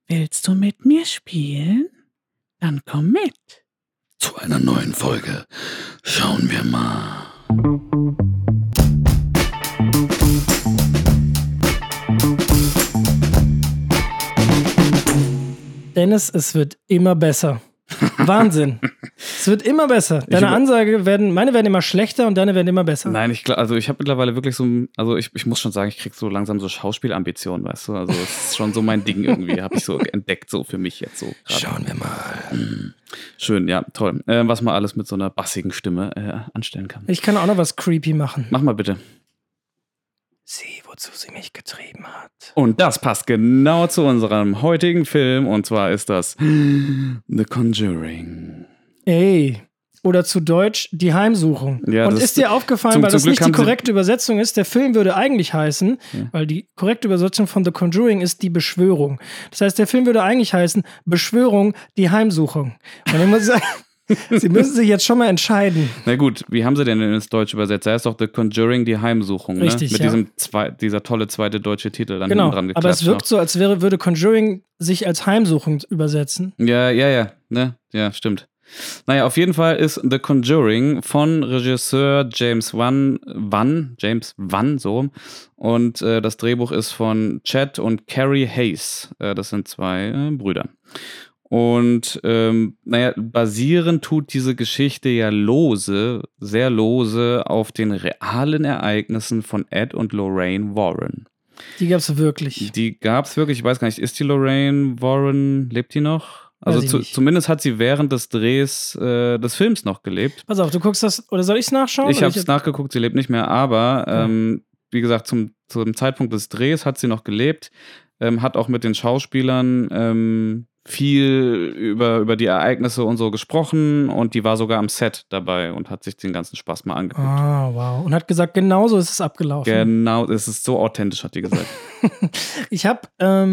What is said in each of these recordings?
Willst du mit mir spielen? Dann komm mit. Zu einer neuen Folge. Schauen wir mal. Dennis, es wird immer besser. Wahnsinn. Es wird immer besser. Meine werden immer schlechter und deine werden immer besser. Nein, ich habe mittlerweile wirklich ich muss schon sagen, ich krieg so langsam so Schauspielambitionen, weißt du? Also es ist schon so mein Ding irgendwie, habe ich so entdeckt, so für mich jetzt so. Grad. Schauen wir mal. Schön, ja, toll. Was man alles mit so einer bassigen Stimme anstellen kann. Ich kann auch noch was creepy machen. Mach mal bitte. Sieh, wozu sie mich getrieben hat. Und das passt genau zu unserem heutigen Film, und zwar ist das The Conjuring. Ey, oder zu Deutsch Die Heimsuchung. Ja, und ist dir aufgefallen, weil das Glück nicht die korrekte Übersetzung ist, der Film würde eigentlich heißen, weil die korrekte Übersetzung von The Conjuring ist die Beschwörung. Das heißt, der Film würde eigentlich heißen Beschwörung, die Heimsuchung. Und ich muss sagen, Sie müssen sich jetzt schon mal entscheiden. Na gut, wie haben sie denn ins Deutsche übersetzt? Da ist doch The Conjuring, die Heimsuchung, richtig, ne? Mit dieser tolle zweite deutsche Titel dann hinten dran geklatscht. Aber es wirkt so, als würde Conjuring sich als Heimsuchung übersetzen. Ja, ne? Ja, stimmt. Naja, auf jeden Fall ist The Conjuring von Regisseur James Wan, so. Und das Drehbuch ist von Chad und Carrie Hayes. Das sind zwei Brüder. Und basierend tut diese Geschichte ja sehr lose auf den realen Ereignissen von Ed und Lorraine Warren. Die gab's wirklich. Ich weiß gar nicht, ist die Lorraine Warren, lebt die noch? Also zumindest hat sie während des Drehs des Films noch gelebt. Pass auf, du guckst das, oder soll ich es nachschauen? Ich habe es nachgeguckt, sie lebt nicht mehr, aber wie gesagt, zum Zeitpunkt des Drehs hat sie noch gelebt, hat auch mit den Schauspielern viel über die Ereignisse und so gesprochen, und die war sogar am Set dabei und hat sich den ganzen Spaß mal angeguckt. Ah, wow. Und hat gesagt, genau so ist es abgelaufen. Genau, es ist so authentisch, hat die gesagt. Ich habe,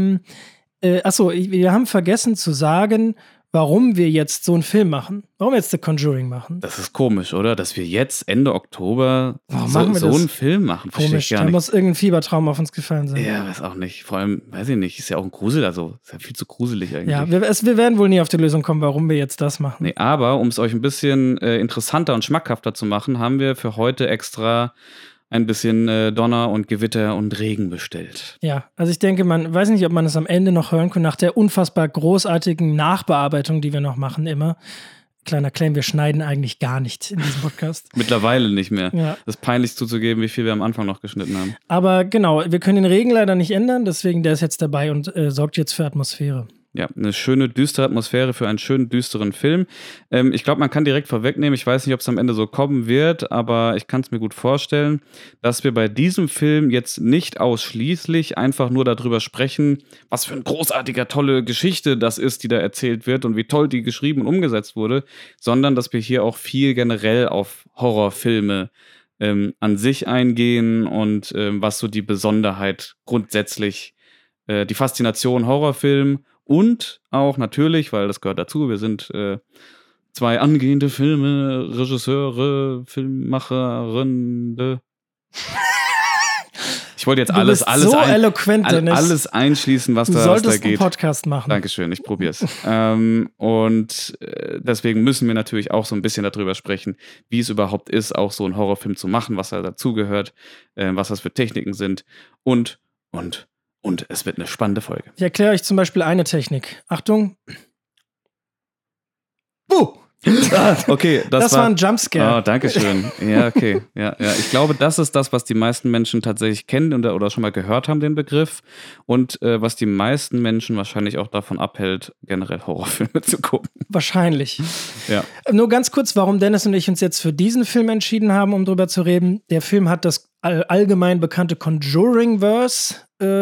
wir haben vergessen zu sagen, warum wir jetzt so einen Film machen. Warum wir jetzt The Conjuring machen. Das ist komisch, oder? Dass wir jetzt Ende Oktober so einen Film machen. Komisch, da muss irgendein Fiebertraum auf uns gefallen sein. Ja, weiß auch nicht. Vor allem, weiß ich nicht, ist ja auch ein Grusel, also ist ja viel zu gruselig eigentlich. Ja, wir werden wohl nie auf die Lösung kommen, warum wir jetzt das machen. Nee, aber um es euch ein bisschen interessanter und schmackhafter zu machen, haben wir für heute extra ein bisschen Donner und Gewitter und Regen bestellt. Ja, also ich denke, man weiß nicht, ob man es am Ende noch hören kann, nach der unfassbar großartigen Nachbearbeitung, die wir noch machen immer. Kleiner Claim, wir schneiden eigentlich gar nicht in diesem Podcast. Mittlerweile nicht mehr. Ja. Das ist peinlich zuzugeben, wie viel wir am Anfang noch geschnitten haben. Aber genau, wir können den Regen leider nicht ändern, deswegen der ist jetzt dabei und sorgt jetzt für Atmosphäre. Ja, eine schöne, düstere Atmosphäre für einen schönen, düsteren Film. Ich glaube, man kann direkt vorwegnehmen, ich weiß nicht, ob es am Ende so kommen wird, aber ich kann es mir gut vorstellen, dass wir bei diesem Film jetzt nicht ausschließlich einfach nur darüber sprechen, was für eine großartige, tolle Geschichte das ist, die da erzählt wird und wie toll die geschrieben und umgesetzt wurde, sondern dass wir hier auch viel generell auf Horrorfilme an sich eingehen und was so die Besonderheit grundsätzlich, die Faszination Horrorfilm und auch natürlich, weil das gehört dazu, wir sind zwei angehende Regisseure, Filmmacherinnen. Ich wollte jetzt alles einschließen, was da geht. Du solltest einen Podcast machen. Dankeschön, ich probiere es. Und deswegen müssen wir natürlich auch so ein bisschen darüber sprechen, wie es überhaupt ist, auch so einen Horrorfilm zu machen, was da dazugehört, was das für Techniken sind und es wird eine spannende Folge. Ich erkläre euch zum Beispiel eine Technik. Achtung. Okay, das war ein Jumpscare. Oh, danke schön. Ja, okay. Ja. Ich glaube, das ist das, was die meisten Menschen tatsächlich kennen oder schon mal gehört haben, den Begriff. Und was die meisten Menschen wahrscheinlich auch davon abhält, generell Horrorfilme zu gucken. Wahrscheinlich. Ja. Nur ganz kurz, warum Dennis und ich uns jetzt für diesen Film entschieden haben, um drüber zu reden. Der Film hat das allgemein bekannte Conjuring-Verse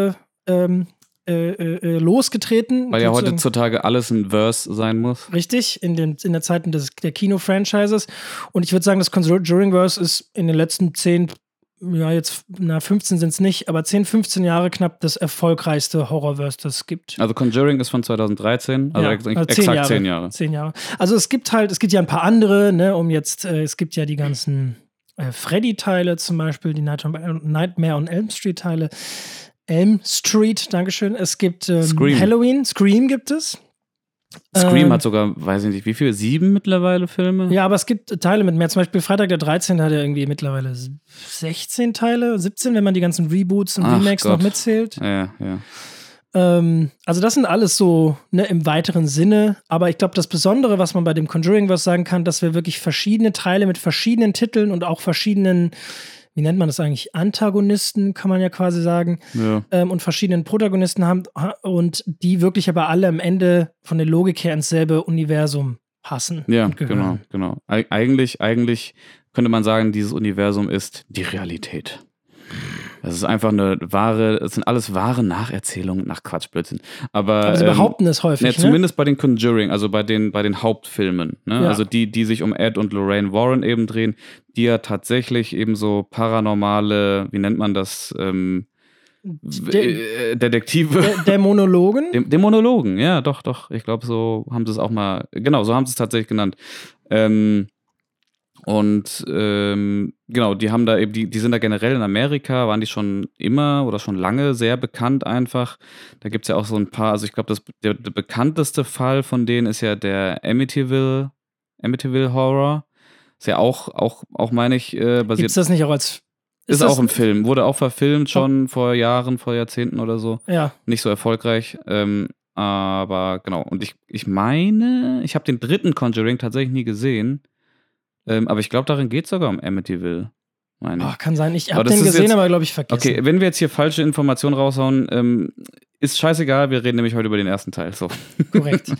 losgetreten. Weil ja heutzutage alles ein Verse sein muss. Richtig, in der Zeit der Kino-Franchises. Und ich würde sagen, das Conjuring-Verse ist in den letzten 15 sind es nicht, aber 10, 15 Jahre knapp das erfolgreichste Horrorverse, das es gibt. Also Conjuring ist von 2013, also exakt 10 Jahre. 10 Jahre. Also es gibt ja ein paar andere, ne, es gibt ja die ganzen Freddy-Teile zum Beispiel, die Nightmare on Elm Street-Teile. Elm Street, Dankeschön. Es gibt Scream. Halloween, Scream gibt es. Scream hat sogar, weiß ich nicht, wie viele? 7 mittlerweile Filme? Ja, aber es gibt Teile mit mehr. Zum Beispiel Freitag der 13. hat ja irgendwie mittlerweile 16 Teile, 17, wenn man die ganzen Reboots und Remakes noch mitzählt. Ja. Also das sind alles so im weiteren Sinne. Aber ich glaube, das Besondere, was man bei dem Conjuring was sagen kann, dass wir wirklich verschiedene Teile mit verschiedenen Titeln und auch verschiedenen, wie nennt man das eigentlich, Antagonisten, kann man ja quasi sagen, und verschiedenen Protagonisten haben und die wirklich aber alle am Ende von der Logik her ins selbe Universum passen. Ja, und gehören. genau. Eigentlich könnte man sagen, dieses Universum ist die Realität. Das ist einfach es sind alles wahre Nacherzählungen, Quatschblödsinn. Aber sie behaupten es häufig, zumindest bei den Conjuring, also bei den Hauptfilmen, ne? Ja. Also die sich um Ed und Lorraine Warren eben drehen, die ja tatsächlich eben so paranormale, wie nennt man das, Detektive. Dämonologen? Dämonologen, ja, doch. Ich glaube, so haben sie es auch mal, genau, so haben sie es tatsächlich genannt. Genau, die haben da eben, die sind da generell in Amerika, waren die schon immer oder schon lange sehr bekannt einfach. Da gibt es ja auch so ein paar, also ich glaube, der bekannteste Fall von denen ist ja der Amityville Horror. Ist ja auch meine ich, basiert. Gibt's das nicht auch als... Ist auch ein Film, wurde auch verfilmt schon vor Jahren, vor Jahrzehnten oder so. Ja. Nicht so erfolgreich. Aber genau, und ich meine, ich habe den 3. Conjuring tatsächlich nie gesehen. Aber ich glaube, darin geht es sogar um Amityville. Kann sein. Ich habe den gesehen, aber glaube ich vergessen. Okay, wenn wir jetzt hier falsche Informationen raushauen, ist scheißegal, wir reden nämlich heute über den ersten Teil. So. Korrekt.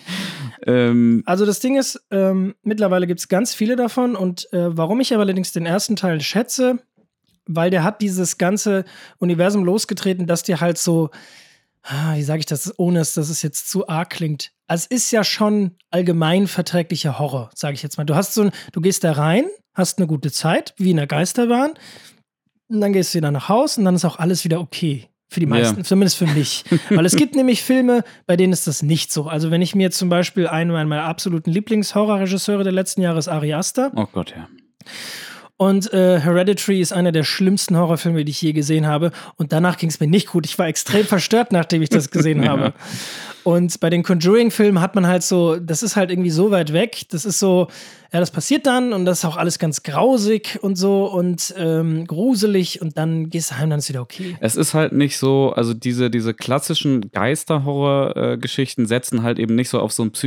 Also das Ding ist, mittlerweile gibt es ganz viele davon und warum ich aber allerdings den ersten Teil schätze, weil der hat dieses ganze Universum losgetreten, dass dir halt so, wie sage ich das, ohne dass es jetzt zu arg klingt. Also es ist ja schon allgemein verträglicher Horror, sage ich jetzt mal. Du gehst da rein, hast eine gute Zeit, wie in der Geisterbahn, und dann gehst du wieder nach Hause und dann ist auch alles wieder okay. Für die meisten, zumindest für mich. Weil es gibt nämlich Filme, bei denen ist das nicht so. Also wenn ich mir zum Beispiel einen meiner absoluten Lieblings-Horrorregisseure der letzten Jahre ist Ari Aster. Oh Gott, ja. Und Hereditary ist einer der schlimmsten Horrorfilme, die ich je gesehen habe. Und danach ging es mir nicht gut. Ich war extrem verstört, nachdem ich das gesehen habe. Und bei den Conjuring-Filmen hat man halt so, das ist halt irgendwie so weit weg. Das ist so, ja, das passiert dann und das ist auch alles ganz grausig und so und gruselig und dann gehst du heim, dann ist wieder okay. Es ist halt nicht so, also diese klassischen Geister-Horror-Geschichten setzen halt eben nicht so auf so einen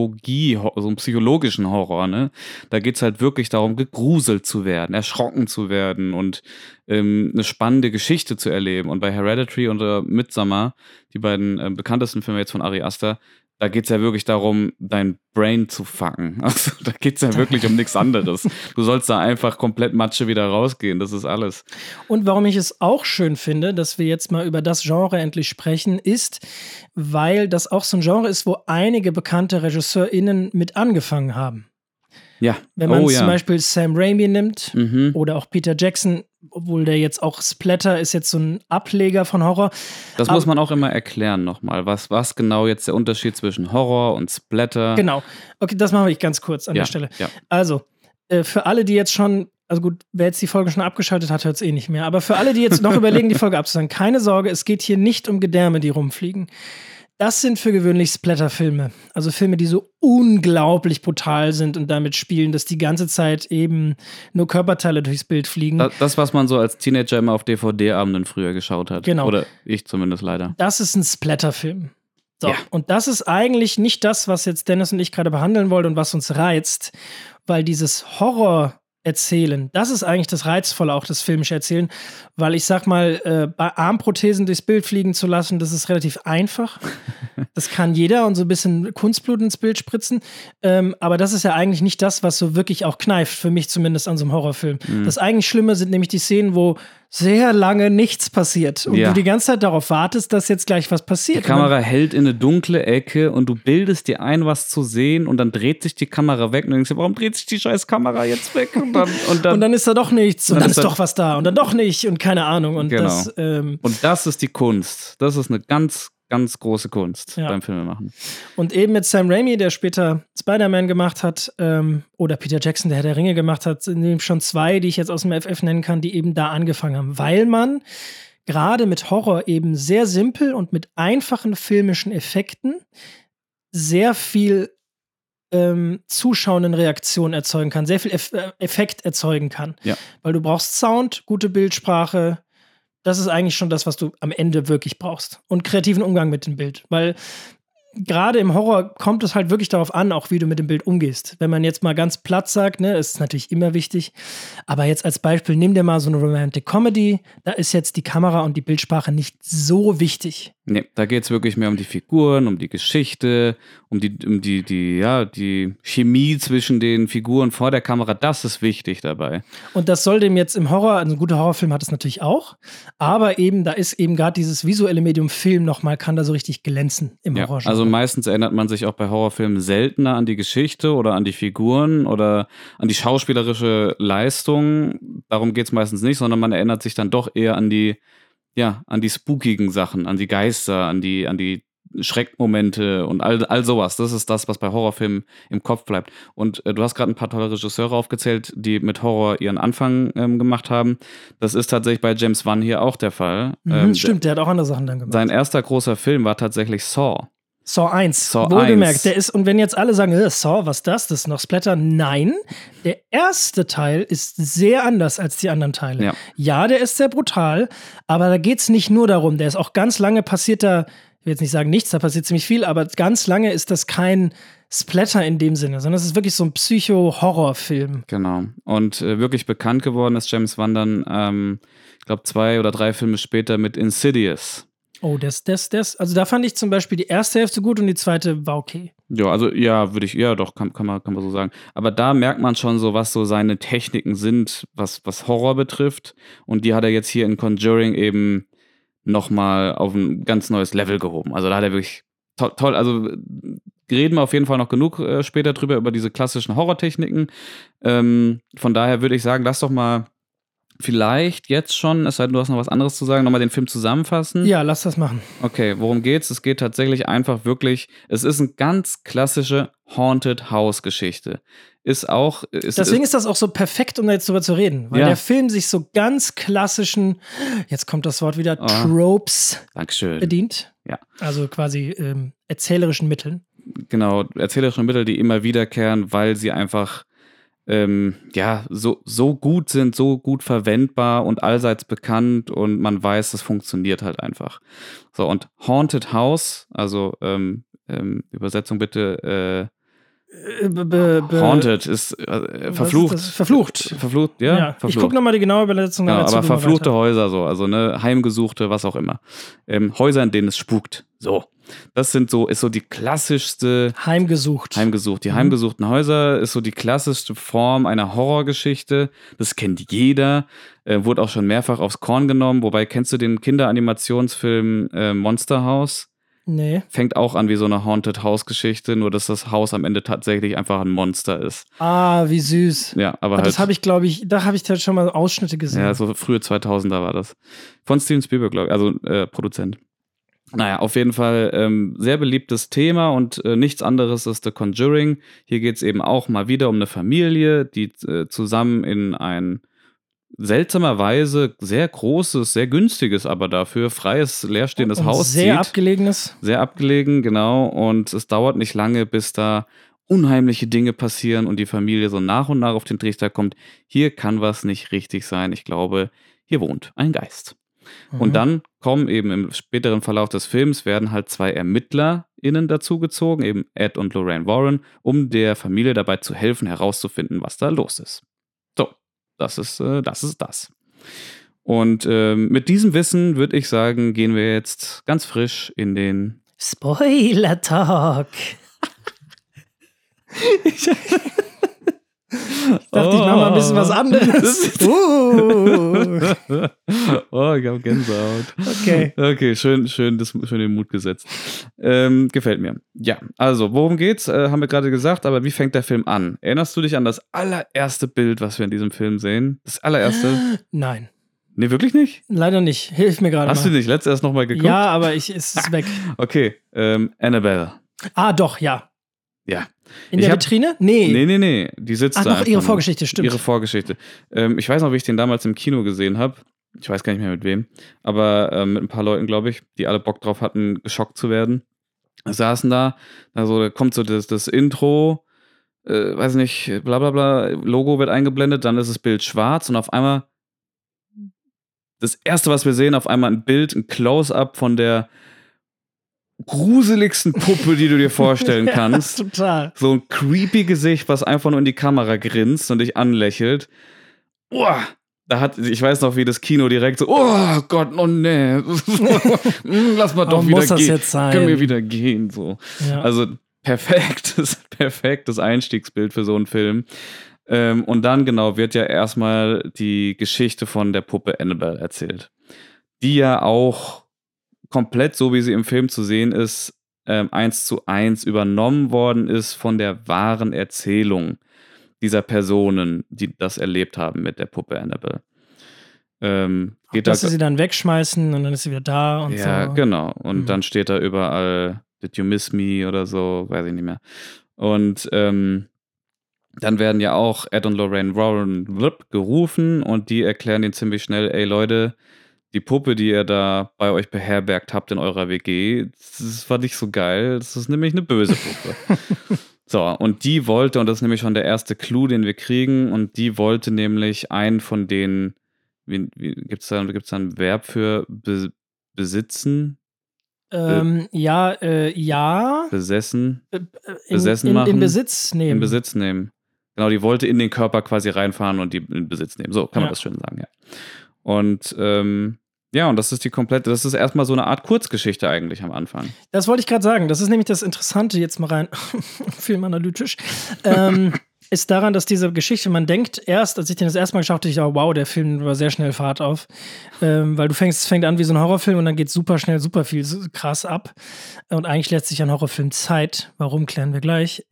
psychologischen Horror, ne? Da geht es halt wirklich darum, gegruselt zu werden, erschrocken zu werden und eine spannende Geschichte zu erleben. Und bei Hereditary und Midsommar, die beiden bekanntesten Filme jetzt von Ari Aster, da geht es ja wirklich darum, dein Brain zu fucken. Also da geht es ja wirklich um nichts anderes. Du sollst da einfach komplett Matsche wieder rausgehen, das ist alles. Und warum ich es auch schön finde, dass wir jetzt mal über das Genre endlich sprechen, ist, weil das auch so ein Genre ist, wo einige bekannte RegisseurInnen mit angefangen haben. Ja. Wenn man zum Beispiel Sam Raimi nimmt oder auch Peter Jackson, obwohl der jetzt auch Splatter ist jetzt so ein Ableger von Horror. Das muss man auch immer erklären nochmal, was genau jetzt der Unterschied zwischen Horror und Splatter. Genau. Okay, das machen wir ganz kurz an der Stelle. Ja. Also, für alle, die jetzt schon, also gut, wer jetzt die Folge schon abgeschaltet hat, hört es eh nicht mehr, aber für alle, die jetzt noch überlegen, die Folge abzusagen, keine Sorge, es geht hier nicht um Gedärme, die rumfliegen. Das sind für gewöhnlich Splatter-Filme. Also Filme, die so unglaublich brutal sind und damit spielen, dass die ganze Zeit eben nur Körperteile durchs Bild fliegen. Das, was man so als Teenager immer auf DVD-Abenden früher geschaut hat. Genau. Oder ich zumindest leider. Das ist ein Splatter-Film. So. Ja. Und das ist eigentlich nicht das, was jetzt Dennis und ich gerade behandeln wollen und was uns reizt, weil dieses Horror-Erzählen, das ist eigentlich das Reizvolle, auch das filmische Erzählen, weil ich sag mal, bei Armprothesen durchs Bild fliegen zu lassen, das ist relativ einfach. Das kann jeder und so ein bisschen Kunstblut ins Bild spritzen. Aber das ist ja eigentlich nicht das, was so wirklich auch kneift, für mich zumindest an so einem Horrorfilm. Das eigentlich Schlimme sind nämlich die Szenen, wo sehr lange nichts passiert und du die ganze Zeit darauf wartest, dass jetzt gleich was passiert. Die Kamera hält in eine dunkle Ecke und du bildest dir ein, was zu sehen und dann dreht sich die Kamera weg und du denkst dir, warum dreht sich die scheiß Kamera jetzt weg? Und dann ist da doch nichts und dann ist doch was da und dann doch nicht und keine Ahnung. Und genau. Das ist die Kunst. Das ist eine ganz, ganz große Kunst beim Filmemachen. Und eben mit Sam Raimi, der später Spider-Man gemacht hat, oder Peter Jackson, der Herr der Ringe gemacht hat, sind eben schon 2, die ich jetzt aus dem FF nennen kann, die eben da angefangen haben. Weil man gerade mit Horror eben sehr simpel und mit einfachen filmischen Effekten sehr viel zuschauenden Reaktionen erzeugen kann, sehr viel Effekt erzeugen kann. Ja. Weil du brauchst Sound, gute Bildsprache. Das ist eigentlich schon das, was du am Ende wirklich brauchst. Und kreativen Umgang mit dem Bild. Weil gerade im Horror kommt es halt wirklich darauf an, auch wie du mit dem Bild umgehst. Wenn man jetzt mal ganz platt sagt, ne, ist natürlich immer wichtig. Aber jetzt als Beispiel, nimm dir mal so eine Romantic Comedy. Da ist jetzt die Kamera und die Bildsprache nicht so wichtig. Nee, da geht es wirklich mehr um die Figuren, um die Geschichte, um die Chemie zwischen den Figuren vor der Kamera. Das ist wichtig dabei. Und das soll dem jetzt im Horror, also ein guter Horrorfilm hat es natürlich auch, aber eben, da ist eben gerade dieses visuelle Medium Film nochmal, kann da so richtig glänzen im Horrorgenre. Also meistens erinnert man sich auch bei Horrorfilmen seltener an die Geschichte oder an die Figuren oder an die schauspielerische Leistung. Darum geht es meistens nicht, sondern man erinnert sich dann doch eher an die spookigen Sachen, an die Geister, an die Schreckmomente und all sowas. Das ist das, was bei Horrorfilmen im Kopf bleibt. Und du hast gerade ein paar tolle Regisseure aufgezählt, die mit Horror ihren Anfang gemacht haben. Das ist tatsächlich bei James Wan hier auch der Fall. Stimmt, der hat auch andere Sachen dann gemacht. Sein erster großer Film war tatsächlich Saw. Saw 1. Saw Wohlgemerkt, 1. der ist, und wenn jetzt alle sagen, Saw, was das ist noch Splatter? Nein, der erste Teil ist sehr anders als die anderen Teile. Ja, der ist sehr brutal, aber da geht es nicht nur darum, der ist auch ganz lange passiert da, ich will jetzt nicht sagen nichts, da passiert ziemlich viel, aber ganz lange ist das kein Splatter in dem Sinne, sondern es ist wirklich so ein Psycho-Horror-Film. Genau. Und wirklich bekannt geworden ist James Wan dann, ich glaube 2 oder 3 Filme später mit Insidious. Oh, also da fand ich zum Beispiel die erste Hälfte gut und die zweite war okay. Ja, also kann man so sagen. Aber da merkt man schon so, was so seine Techniken sind, was Horror betrifft. Und die hat er jetzt hier in Conjuring eben nochmal auf ein ganz neues Level gehoben. Also da hat er wirklich toll, also reden wir auf jeden Fall noch genug später drüber, über diese klassischen Horrortechniken. Von daher würde ich sagen, lass doch mal vielleicht jetzt schon, es sei denn, du hast noch was anderes zu sagen, nochmal den Film zusammenfassen. Ja, lass das machen. Okay, worum geht's? Es geht tatsächlich einfach wirklich, es ist eine ganz klassische Haunted House Geschichte. Deswegen ist das auch so perfekt, um da jetzt drüber zu reden, weil der Film sich so ganz klassischen, jetzt kommt das Wort wieder, Tropes bedient. Ja. Also quasi erzählerischen Mitteln. Genau, erzählerische Mittel, die immer wiederkehren, weil sie einfach so gut sind, so gut verwendbar und allseits bekannt und man weiß, es funktioniert halt einfach. So, und Haunted House, also Übersetzung bitte, Haunted ist verflucht. Verflucht. Verflucht, ja? Verflucht. Ich gucke nochmal die genaue Übersetzung. Ja, aber verfluchte Häuser so, also ne, heimgesuchte, was auch immer. Häuser, in denen es spukt. So. Das ist so die klassischste. Heimgesucht. Die heimgesuchten Häuser ist so die klassischste Form einer Horrorgeschichte. Das kennt jeder. Wurde auch schon mehrfach aufs Korn genommen. Wobei, kennst du den Kinderanimationsfilm Monster House? Nee. Fängt auch an wie so eine Haunted House-Geschichte, nur dass das Haus am Ende tatsächlich einfach ein Monster ist. Ah, wie süß. Ja, aber halt. Das habe ich, glaube ich, da habe ich schon mal Ausschnitte gesehen. Ja, so frühe 2000er war das. Von Steven Spielberg, glaube ich, also Produzent. Naja, auf jeden Fall sehr beliebtes Thema und nichts anderes ist The Conjuring. Hier geht es eben auch mal wieder um eine Familie, die zusammen in ein seltsamerweise sehr großes, sehr günstiges, aber dafür freies, leerstehendes Haus zieht. Sehr abgelegenes. Sehr abgelegen, genau. Und es dauert nicht lange, bis da unheimliche Dinge passieren und die Familie so nach und nach auf den Trichter kommt. Hier kann was nicht richtig sein. Ich glaube, hier wohnt ein Geist. Und dann kommen eben im späteren Verlauf des Films, werden halt 2 ErmittlerInnen dazugezogen, eben Ed und Lorraine Warren, um der Familie dabei zu helfen, herauszufinden, was da los ist. So, das ist das. Und mit diesem Wissen, würde ich sagen, gehen wir jetzt ganz frisch in den Spoiler Talk. Ich dachte, ich mache mal ein bisschen was anderes. Ich habe Gänsehaut. Okay, schön den Mut gesetzt. Gefällt mir. Ja, also, worum geht's? Haben wir gerade gesagt, aber wie fängt der Film an? Erinnerst du dich an das allererste Bild, was wir in diesem Film sehen? Das allererste? Nein. Nee, wirklich nicht? Leider nicht. Hilf mir gerade mal. Hast du nicht letztes erst nochmal geguckt? Ja, aber es ist weg. Okay, Annabelle. Ah, doch, ja. Ja. In der Vitrine? Nee. Die sitzt da. Ach, noch ihre Vorgeschichte, stimmt. Ihre Vorgeschichte. Ich weiß noch, wie ich den damals im Kino gesehen habe. Ich weiß gar nicht mehr mit wem, aber mit ein paar Leuten, glaube ich, die alle Bock drauf hatten, geschockt zu werden. Saßen da, also da kommt so das Intro, weiß nicht, bla bla bla, Logo wird eingeblendet, dann ist das Bild schwarz und auf einmal das erste, was wir sehen, auf einmal ein Bild, ein Close-up von der gruseligsten Puppe, die du dir vorstellen kannst. Ja, total. So ein creepy Gesicht, was einfach nur in die Kamera grinst und dich anlächelt. Uah, ich weiß noch, wie das Kino direkt so, oh Gott, oh nee. Lass mal doch Aber wieder muss das gehen. jetzt sein? Können wir wieder gehen. So. Ja. Also perfektes Einstiegsbild für so einen Film. Und dann genau wird ja erstmal die Geschichte von der Puppe Annabelle erzählt. Die ja auch komplett, so wie sie im Film zu sehen ist, 1:1 übernommen worden ist von der wahren Erzählung dieser Personen, die das erlebt haben mit der Puppe Annabelle. Dass sie dann wegschmeißen und dann ist sie wieder da und so. Ja, genau. Und dann steht da überall, did you miss me oder so, weiß ich nicht mehr. Und dann werden ja auch Ed und Lorraine Warren gerufen und die erklären denen ziemlich schnell, ey Leute, die Puppe, die ihr da bei euch beherbergt habt in eurer WG, das war nicht so geil, das ist nämlich eine böse Puppe. So, und die wollte, und das ist nämlich schon der erste Clou, den wir kriegen, und die wollte nämlich einen von den, gibt's da ein Verb für besitzen? Ja. Besessen? Besessen machen? In Besitz nehmen. In Besitz nehmen. Genau, die wollte in den Körper quasi reinfahren und die in Besitz nehmen. So kann man das schön sagen, ja. Und und das ist erstmal so eine Art Kurzgeschichte eigentlich am Anfang. Das wollte ich gerade sagen. Das ist nämlich das Interessante, jetzt mal rein, filmanalytisch, ist daran, dass diese Geschichte, man denkt erst, als ich den das erste Mal geschaut habe, dachte ich, oh, wow, der Film war sehr schnell Fahrt auf. Weil es fängt an wie so ein Horrorfilm und dann geht super schnell, super viel krass ab. Und eigentlich lässt sich ein Horrorfilm Zeit. Warum, klären wir gleich.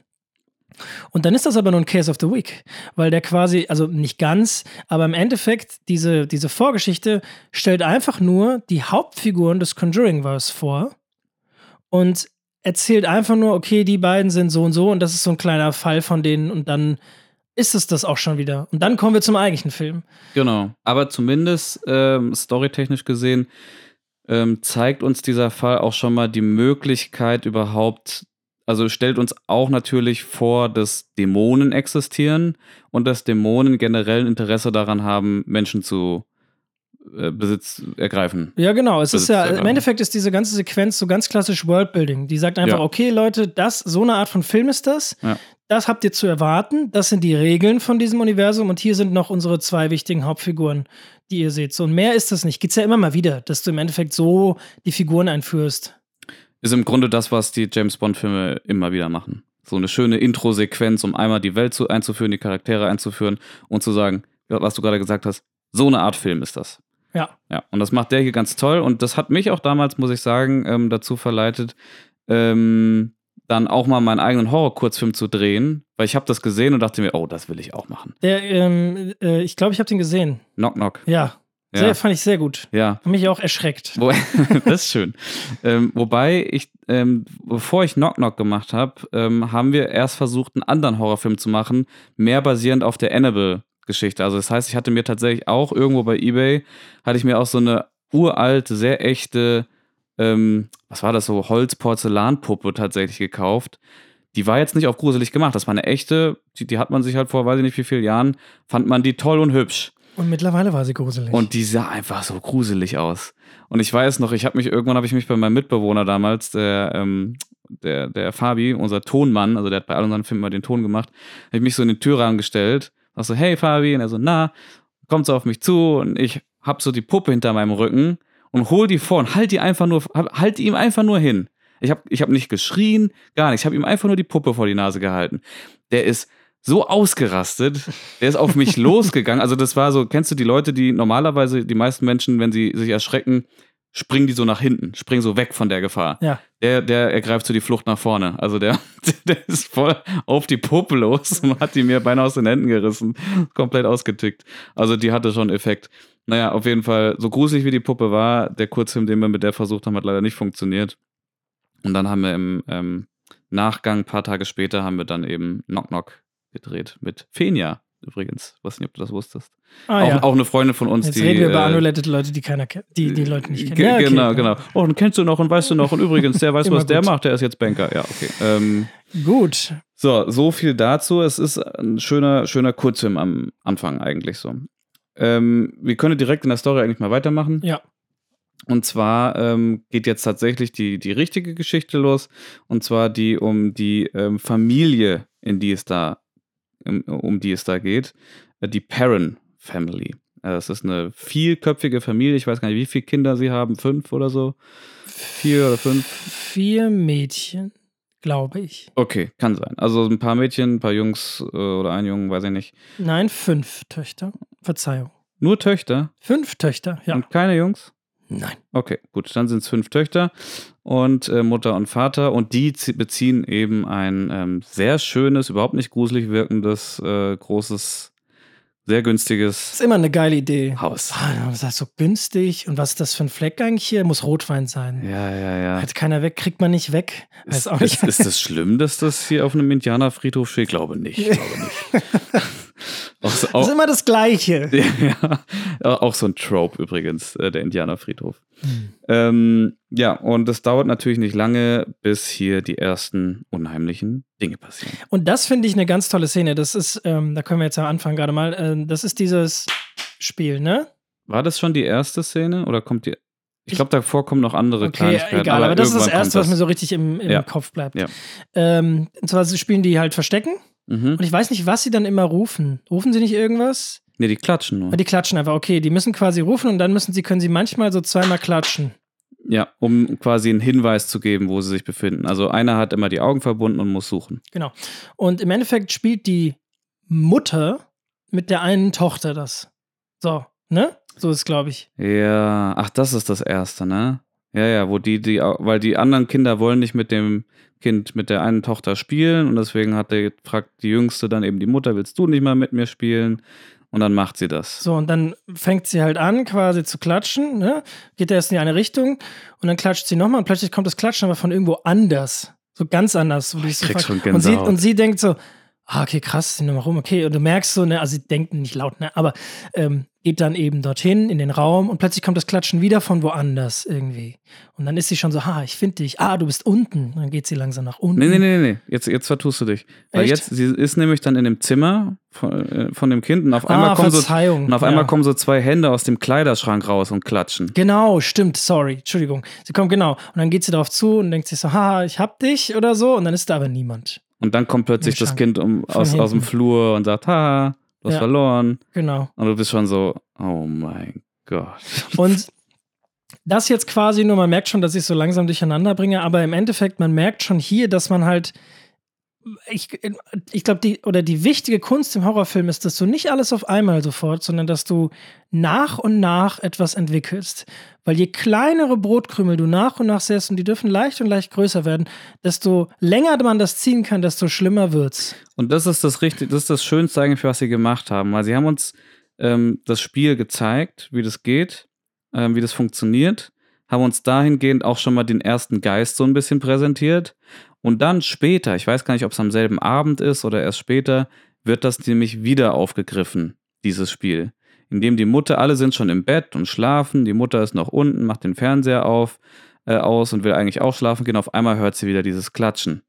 Und dann ist das aber nur ein Case of the Week, weil der quasi, also nicht ganz, aber im Endeffekt, diese Vorgeschichte stellt einfach nur die Hauptfiguren des Conjuring-Verse vor und erzählt einfach nur, okay, die beiden sind so und das ist so ein kleiner Fall von denen und dann ist es das auch schon wieder. Und dann kommen wir zum eigentlichen Film. Genau, aber zumindest storytechnisch gesehen zeigt uns dieser Fall auch schon mal die Möglichkeit überhaupt. Also stellt uns auch natürlich vor, dass Dämonen existieren und dass Dämonen generell ein Interesse daran haben, Menschen zu Besitz ergreifen. Ja, genau. Es ist ja, im Endeffekt ist diese ganze Sequenz so ganz klassisch Worldbuilding. Die sagt einfach, okay, Leute, so eine Art von Film ist das. Ja. Das habt ihr zu erwarten. Das sind die Regeln von diesem Universum und hier sind noch unsere 2 wichtigen Hauptfiguren, die ihr seht. So, und mehr ist das nicht. Gibt's ja immer mal wieder, dass du im Endeffekt so die Figuren einführst. Ist im Grunde das, was die James-Bond-Filme immer wieder machen. So eine schöne Intro-Sequenz, um einmal die Welt einzuführen, die Charaktere einzuführen und zu sagen, was du gerade gesagt hast, so eine Art Film ist das. Ja. Ja, und das macht der hier ganz toll und das hat mich auch damals, muss ich sagen, dazu verleitet, dann auch mal meinen eigenen Horror-Kurzfilm zu drehen, weil ich habe das gesehen und dachte mir, oh, das will ich auch machen. Ich glaube, ich habe den gesehen. Knock Knock. Ja. Fand ich sehr gut. Ja. Hat mich auch erschreckt. Das ist schön. Wobei bevor ich Knock Knock gemacht habe, haben wir erst versucht, einen anderen Horrorfilm zu machen, mehr basierend auf der Annabelle-Geschichte. Also das heißt, ich hatte mir tatsächlich auch irgendwo bei eBay, hatte ich mir auch so eine uralte, sehr echte, was war das, so Holz-Porzellanpuppe tatsächlich gekauft. Die war jetzt nicht auf gruselig gemacht. Das war eine echte, die hat man sich halt vor, weiß ich nicht wie vielen Jahren, fand man die toll und hübsch. Und mittlerweile war sie gruselig. Und die sah einfach so gruselig aus. Und ich weiß noch, irgendwann habe ich mich bei meinem Mitbewohner damals, der Fabi, unser Tonmann, also der hat bei all unseren Filmen immer den Ton gemacht, habe ich mich so in den Türrahmen gestellt, sag so, hey Fabi, und er so, na, kommt so auf mich zu und ich hab so die Puppe hinter meinem Rücken und hol die vor und halt die ihm einfach nur hin. Ich hab nicht geschrien, gar nichts, ich habe ihm einfach nur die Puppe vor die Nase gehalten. Der ist so ausgerastet, der ist auf mich losgegangen. Also das war so, kennst du die Leute, die normalerweise, die meisten Menschen, wenn sie sich erschrecken, springen die so nach hinten, springen so weg von der Gefahr. Ja. Der ergreift so die Flucht nach vorne. Also der ist voll auf die Puppe los und hat die mir beinahe aus den Händen gerissen. Komplett ausgetickt. Also die hatte schon Effekt. Naja, auf jeden Fall, so gruselig wie die Puppe war, der Kurzfilm, den wir mit der versucht haben, hat leider nicht funktioniert. Und dann haben wir im Nachgang, ein paar Tage später, haben wir dann eben Knock Knock gedreht mit Fenja, übrigens. Ich weiß nicht, ob du das wusstest. Ja. Auch eine Freundin von uns, Jetzt die. reden wir über unrelated Leute, die keiner kennt, die Leute nicht kennen. Ja, okay. Genau. Oh, und kennst du noch und weißt du noch und übrigens, der weiß, was der macht, der ist jetzt Banker. Ja, okay. Gut. So viel dazu. Es ist ein schöner Kurzfilm am Anfang eigentlich so. Wir können direkt in der Story eigentlich mal weitermachen. Ja. Und zwar geht jetzt tatsächlich die richtige Geschichte los. Und zwar um die Familie, um die es da geht. Die Perron Family. Es ist eine vielköpfige Familie. Ich weiß gar nicht, wie viele Kinder sie haben. 5 oder so? 4 oder 5? 4 Mädchen, glaube ich. Okay, kann sein. Also ein paar Mädchen, ein paar Jungs oder ein Jungen, weiß ich nicht. Nein, 5 Töchter. Verzeihung. Nur Töchter? 5 Töchter, ja. Und keine Jungs? Nein. Okay, gut. Dann sind es 5 Töchter und Mutter und Vater. Und die beziehen eben ein sehr schönes, überhaupt nicht gruselig wirkendes, großes, sehr günstiges Das ist immer eine geile Idee. Haus. Das ist so günstig. Und was ist das für ein Fleck eigentlich hier? Muss Rotwein sein. Ja. Hat keiner weg, kriegt man nicht weg. Weiß auch nicht. Ist das schlimm, dass das hier auf einem Indianerfriedhof steht? Ich glaube nicht. Das ist immer das Gleiche. Ja, auch so ein Trope übrigens, der Indianerfriedhof. Ja, und es dauert natürlich nicht lange, bis hier die ersten unheimlichen Dinge passieren. Und das finde ich eine ganz tolle Szene. Das ist, da können wir jetzt am Anfang gerade mal, das ist dieses Spiel, ne? War das schon die erste Szene oder kommt die? Ich glaube, davor kommen noch andere Kleinigkeiten. Egal, aber das ist das Erste, was mir so richtig im Kopf bleibt. Ja. Und zwar spielen die halt Verstecken. Und ich weiß nicht, was sie dann immer rufen. Rufen sie nicht irgendwas? Nee, die klatschen nur. Die klatschen einfach, okay. Die müssen quasi rufen und dann können sie manchmal so zweimal klatschen. Ja, um quasi einen Hinweis zu geben, wo sie sich befinden. Also einer hat immer die Augen verbunden und muss suchen. Genau. Und im Endeffekt spielt die Mutter mit der einen Tochter das. So, ne? So ist es, glaube ich. Ja, ach, das ist das Erste, ne? Ja, weil die anderen Kinder wollen nicht mit dem Kind, mit der einen Tochter spielen und deswegen fragt die Jüngste dann eben die Mutter, willst du nicht mal mit mir spielen? Und dann macht sie das. So, und dann fängt sie halt an, quasi zu klatschen, ne? Geht erst in die eine Richtung und dann klatscht sie nochmal und plötzlich kommt das Klatschen aber von irgendwo anders. So ganz anders. Ich krieg schon Gänsehaut. Und sie denkt so, okay, krass, sind nochmal rum, okay. Und du merkst so, ne, also sie denkt nicht laut, ne, aber geht dann eben dorthin in den Raum und plötzlich kommt das Klatschen wieder von woanders irgendwie. Und dann ist sie schon so, ich finde dich, du bist unten. Und dann geht sie langsam nach unten. Nee. Jetzt vertust du dich. Weil sie ist nämlich dann in dem Zimmer von dem Kind und auf einmal kommen so 2 Hände aus dem Kleiderschrank raus und klatschen. Genau, stimmt, sorry, Entschuldigung. Sie kommen genau. Und dann geht sie darauf zu und denkt sich so, ich hab dich oder so. Und dann ist da aber niemand. Und dann kommt plötzlich das Kind aus dem Flur und sagt, du hast verloren. Genau. Und du bist schon so, oh mein Gott. Und das jetzt quasi nur, man merkt schon, dass ich es so langsam durcheinander bringe, aber im Endeffekt, man merkt schon hier, dass man halt, ich glaube, die wichtige Kunst im Horrorfilm ist, dass du nicht alles auf einmal sofort, sondern dass du nach und nach etwas entwickelst. Weil je kleinere Brotkrümel du nach und nach säst und die dürfen leicht und leicht größer werden, desto länger man das ziehen kann, desto schlimmer wird's. Und das ist das Schönste eigentlich, was sie gemacht haben. Weil sie haben uns das Spiel gezeigt, wie das geht, wie das funktioniert, haben uns dahingehend auch schon mal den ersten Geist so ein bisschen präsentiert. Und dann später, ich weiß gar nicht, ob es am selben Abend ist oder erst später, wird das nämlich wieder aufgegriffen, dieses Spiel. Indem die Mutter, alle sind schon im Bett und schlafen, die Mutter ist noch unten, macht den Fernseher aus und will eigentlich auch schlafen gehen. Auf einmal hört sie wieder dieses Klatschen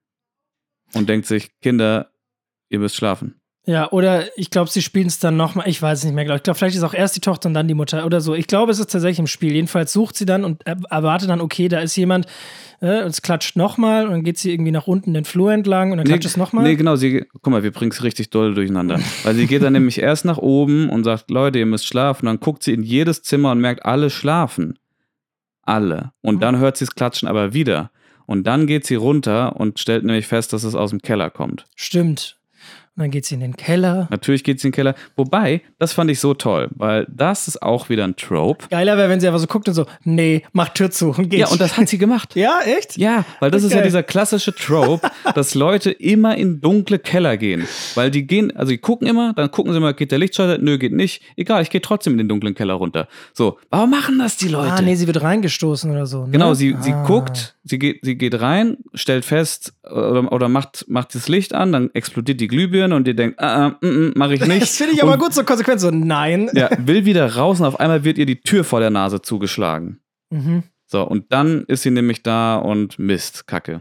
und denkt sich, Kinder, ihr müsst schlafen. Ja, oder ich glaube, sie spielen es dann nochmal, ich weiß es nicht mehr, ich glaube, vielleicht ist auch erst die Tochter und dann die Mutter oder so. Ich glaube, es ist tatsächlich im Spiel. Jedenfalls sucht sie dann und erwartet dann, okay, da ist jemand, und es klatscht nochmal und dann geht sie irgendwie nach unten den Flur entlang und dann klatscht es nochmal. Nee, genau, guck mal, wir bringen es richtig doll durcheinander. Weil sie geht dann nämlich erst nach oben und sagt, Leute, ihr müsst schlafen. Dann guckt sie in jedes Zimmer und merkt, alle schlafen. Alle. Und dann hört sie es klatschen aber wieder. Und dann geht sie runter und stellt nämlich fest, dass es aus dem Keller kommt. Stimmt. Und dann geht sie in den Keller. Natürlich geht sie in den Keller. Wobei, das fand ich so toll, weil das ist auch wieder ein Trope. Geiler wäre, wenn sie einfach so guckt und so, nee, mach Tür zu und geht. Ja, und das hat sie gemacht. Ja, echt? Ja, weil das ist ja dieser klassische Trope, dass Leute immer in dunkle Keller gehen. Weil die gucken immer, dann gucken sie mal, geht der Lichtschalter? Nö, geht nicht. Egal, ich gehe trotzdem in den dunklen Keller runter. So, warum machen das die Leute? Nee, sie wird reingestoßen oder so. Ne? Genau, sie guckt, sie geht rein, stellt fest oder macht das Licht an, dann explodiert die Glühbirne Türen und ihr denkt, mache ich nicht. Das finde ich aber gut, so konsequent, so nein. Ja, will wieder raus und auf einmal wird ihr die Tür vor der Nase zugeschlagen. Mhm. So, und dann ist sie nämlich da und Mist, Kacke.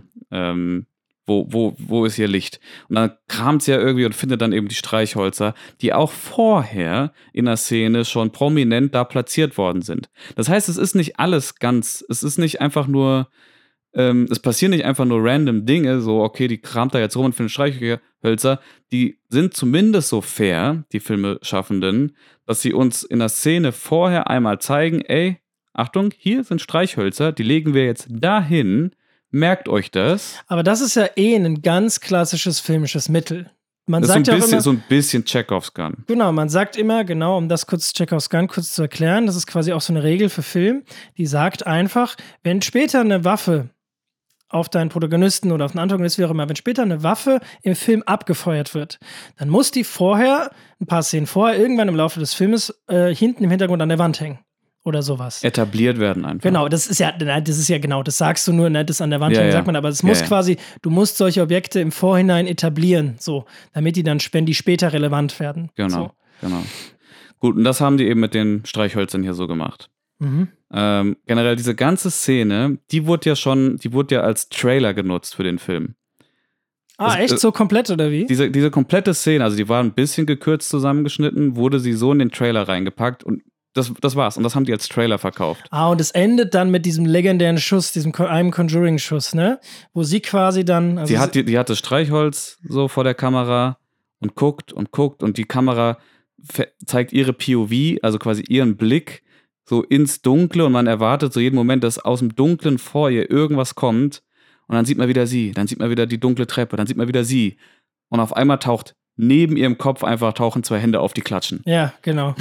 Wo ist ihr Licht? Und dann kramt sie ja irgendwie und findet dann eben die Streichhölzer, die auch vorher in der Szene schon prominent da platziert worden sind. Das heißt, es ist nicht alles es ist nicht einfach nur, es passieren nicht einfach nur random Dinge, so, okay, die kramt da jetzt rum und findet Streichhölzer. Die sind zumindest so fair, die Filmeschaffenden, dass sie uns in der Szene vorher einmal zeigen, ey, Achtung, hier sind Streichhölzer, die legen wir jetzt dahin. Merkt euch das. Aber das ist ja ein ganz klassisches filmisches Mittel. Man das sagt ist ja auch immer, so ein bisschen Chekhovs Gun. Genau, man sagt immer, genau, um das kurz Chekhovs Gun kurz zu erklären, das ist quasi auch so eine Regel für Film, die sagt einfach, wenn später eine Waffe auf deinen Protagonisten oder auf den Antagonisten, wie auch immer, wenn später eine Waffe im Film abgefeuert wird, dann muss die vorher, ein paar Szenen vorher, irgendwann im Laufe des Filmes hinten im Hintergrund an der Wand hängen. Oder sowas. Etabliert werden einfach. Genau, das ist ja genau, das sagst du nur, ne, das an der Wand hängen, sagt man, aber es muss quasi, du musst solche Objekte im Vorhinein etablieren, so, damit die dann, wenn die später relevant werden. Genau, so. genau. Gut, und das haben die eben mit den Streichhölzern hier so gemacht. Mhm. Generell diese ganze Szene, die wurde ja als Trailer genutzt für den Film. Echt? So komplett, oder wie? Diese komplette Szene, also die war ein bisschen gekürzt zusammengeschnitten, wurde sie so in den Trailer reingepackt und das war's. Und das haben die als Trailer verkauft. Und es endet dann mit diesem legendären Schuss, diesem einem Conjuring-Schuss, ne? Wo sie quasi dann. Also die hat das Streichholz so vor der Kamera und guckt und die Kamera zeigt ihre POV, also quasi ihren Blick so ins Dunkle und man erwartet so jeden Moment, dass aus dem Dunklen vor ihr irgendwas kommt und dann sieht man wieder sie, dann sieht man wieder die dunkle Treppe, dann sieht man wieder sie und auf einmal neben ihrem Kopf tauchen zwei Hände auf, die klatschen. Ja, genau.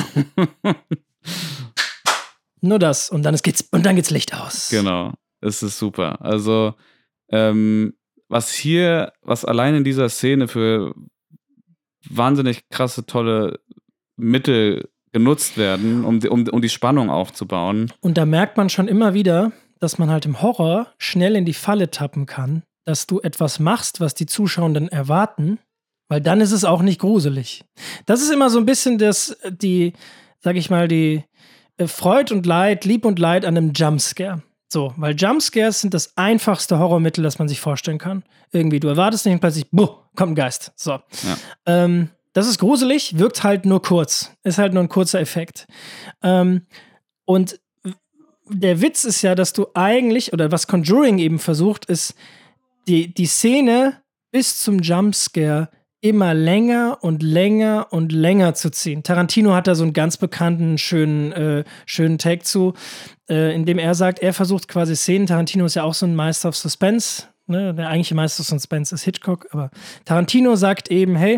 Nur das. Und dann geht's Licht aus. Genau. Es ist super. Also, was allein in dieser Szene für wahnsinnig krasse, tolle Mittel genutzt werden, um die Spannung aufzubauen. Und da merkt man schon immer wieder, dass man halt im Horror schnell in die Falle tappen kann, dass du etwas machst, was die Zuschauenden erwarten, weil dann ist es auch nicht gruselig. Das ist immer so ein bisschen die Freud und Leid, Lieb und Leid an einem Jumpscare. So, weil Jumpscares sind das einfachste Horrormittel, das man sich vorstellen kann. Irgendwie, du erwartest nicht und plötzlich, kommt ein Geist. So. Ja. Das ist gruselig, wirkt halt nur kurz. Ist halt nur ein kurzer Effekt. Und der Witz ist ja, dass du eigentlich, oder was Conjuring eben versucht, ist, die Szene bis zum Jumpscare immer länger und länger und länger zu ziehen. Tarantino hat da so einen ganz bekannten, schönen Take zu, in dem er sagt, er versucht quasi Szenen, Tarantino ist ja auch so ein Meister of Suspense, ne? Der eigentliche Meister of Suspense ist Hitchcock, aber Tarantino sagt eben, hey,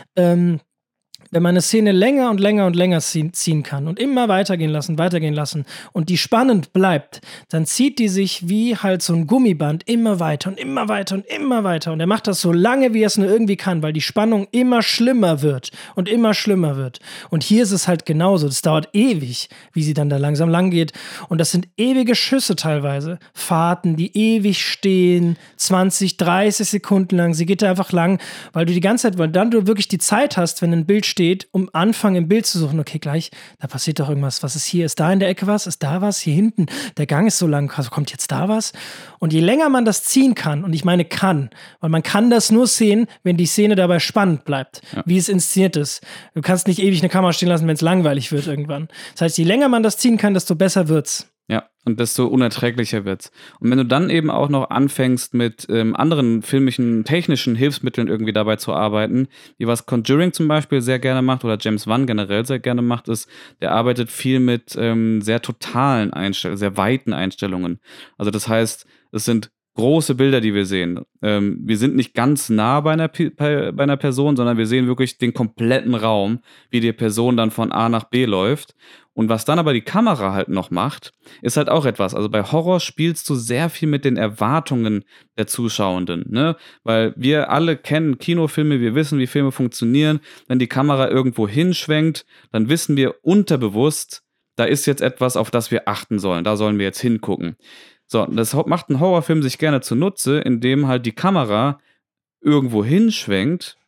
wenn man eine Szene länger und länger und länger ziehen kann und immer weitergehen lassen und die spannend bleibt, dann zieht die sich wie halt so ein Gummiband immer weiter und immer weiter und immer weiter. Und er macht das so lange, wie er es nur irgendwie kann, weil die Spannung immer schlimmer wird und immer schlimmer wird. Und hier ist es halt genauso. Das dauert ewig, wie sie dann da langsam lang geht. Und das sind ewige Schüsse teilweise. Fahrten, die ewig stehen, 20, 30 Sekunden lang. Sie geht da einfach lang, weil dann du wirklich die Zeit hast, wenn ein Bild steht, um anfangen im Bild zu suchen, okay, gleich, da passiert doch irgendwas, was ist hier, ist da in der Ecke was, ist da was, hier hinten, der Gang ist so lang, also kommt jetzt da was? Und je länger man das ziehen kann, und ich meine kann, weil man kann das nur sehen, wenn die Szene dabei spannend bleibt, wie es inszeniert ist. Du kannst nicht ewig eine Kamera stehen lassen, wenn es langweilig wird irgendwann. Das heißt, je länger man das ziehen kann, desto besser wird's. Ja, und desto unerträglicher wird's. Und wenn du dann eben auch noch anfängst, mit anderen filmischen, technischen Hilfsmitteln irgendwie dabei zu arbeiten, wie was Conjuring zum Beispiel sehr gerne macht oder James Wan generell sehr gerne macht, ist, der arbeitet viel mit sehr totalen Einstellungen, sehr weiten Einstellungen. Also das heißt, es sind große Bilder, die wir sehen. Wir sind nicht ganz nah bei einer Person, sondern wir sehen wirklich den kompletten Raum, wie die Person dann von A nach B läuft. Und was dann aber die Kamera halt noch macht, ist halt auch etwas. Also bei Horror spielst du sehr viel mit den Erwartungen der Zuschauenden, ne? Weil wir alle kennen Kinofilme, wir wissen, wie Filme funktionieren. Wenn die Kamera irgendwo hinschwenkt, dann wissen wir unterbewusst, da ist jetzt etwas, auf das wir achten sollen. Da sollen wir jetzt hingucken. So, das macht ein Horrorfilm sich gerne zunutze, indem halt die Kamera irgendwo hinschwenkt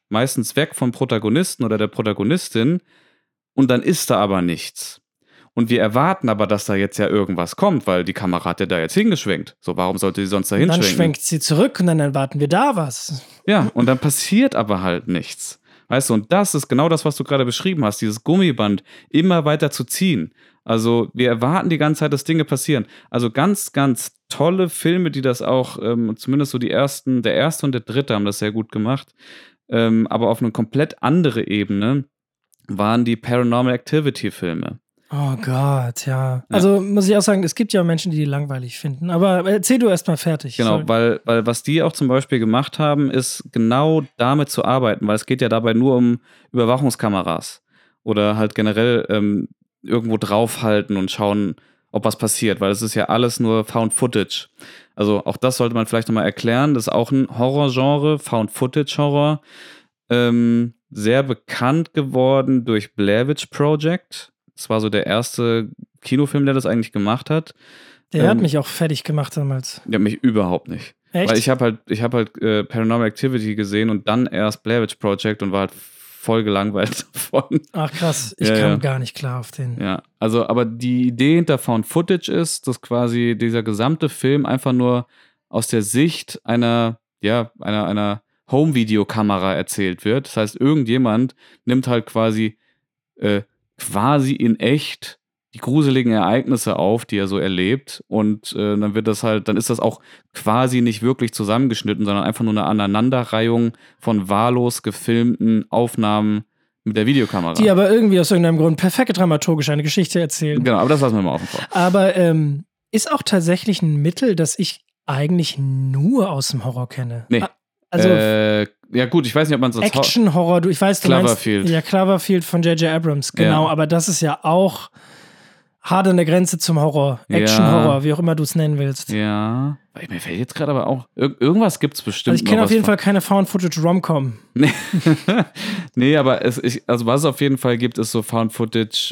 meistens weg vom Protagonisten oder der Protagonistin und dann ist da aber nichts. Und wir erwarten aber, dass da jetzt ja irgendwas kommt, weil die Kamera hat ja da jetzt hingeschwenkt. So, warum sollte sie sonst da hinschwenken? Dann schwenkt sie zurück und dann erwarten wir da was. Ja, und dann passiert aber halt nichts. Weißt du, und das ist genau das, was du gerade beschrieben hast, dieses Gummiband immer weiter zu ziehen. Also wir erwarten die ganze Zeit, dass Dinge passieren. Also ganz, ganz tolle Filme, die das auch, zumindest so der erste und der dritte haben das sehr gut gemacht, aber auf eine komplett andere Ebene waren die Paranormal Activity Filme. Oh Gott, ja. Also muss ich auch sagen, es gibt ja Menschen, die langweilig finden. Aber erzähl du erst mal fertig. Genau, weil was die auch zum Beispiel gemacht haben, ist genau damit zu arbeiten, weil es geht ja dabei nur um Überwachungskameras oder halt generell irgendwo draufhalten und schauen, ob was passiert, weil es ist ja alles nur Found Footage. Also auch das sollte man vielleicht nochmal erklären. Das ist auch ein Horrorgenre, Found Footage Horror. Sehr bekannt geworden durch Blair Witch Project. Das war so der erste Kinofilm, der das eigentlich gemacht hat. Der hat mich auch fertig gemacht damals. Der hat mich überhaupt nicht. Echt? Weil ich habe halt Paranormal Activity gesehen und dann erst Blair Witch Project und war halt voll gelangweilt davon. Ach krass, ich kam gar nicht klar auf den. Ja, also aber die Idee hinter Found Footage ist, dass quasi dieser gesamte Film einfach nur aus der Sicht einer Home-Video-Kamera erzählt wird. Das heißt, irgendjemand nimmt halt quasi in echt die gruseligen Ereignisse auf, die er so erlebt. Und dann ist das auch quasi nicht wirklich zusammengeschnitten, sondern einfach nur eine Aneinanderreihung von wahllos gefilmten Aufnahmen mit der Videokamera. Die aber irgendwie aus irgendeinem Grund perfekt dramaturgisch eine Geschichte erzählen. Genau, aber das lassen wir mal außen vor. Aber ist auch tatsächlich ein Mittel, das ich eigentlich nur aus dem Horror kenne. Nee. Also ja gut, ich weiß nicht, ob man es als Action-Horror, ich weiß, du Cloverfield. meinst, ja, Cloverfield von J.J. Abrams, genau, Ja. aber das ist ja auch hart an der Grenze zum Horror, Action-Horror, wie auch immer du es nennen willst. Ja. Mir fällt jetzt gerade aber auch, irgendwas gibt es bestimmt. Also ich kenne auf jeden Fall keine Found-Footage-Rom-Com. Nee. Nee, aber was es auf jeden Fall gibt, ist so Found-Footage,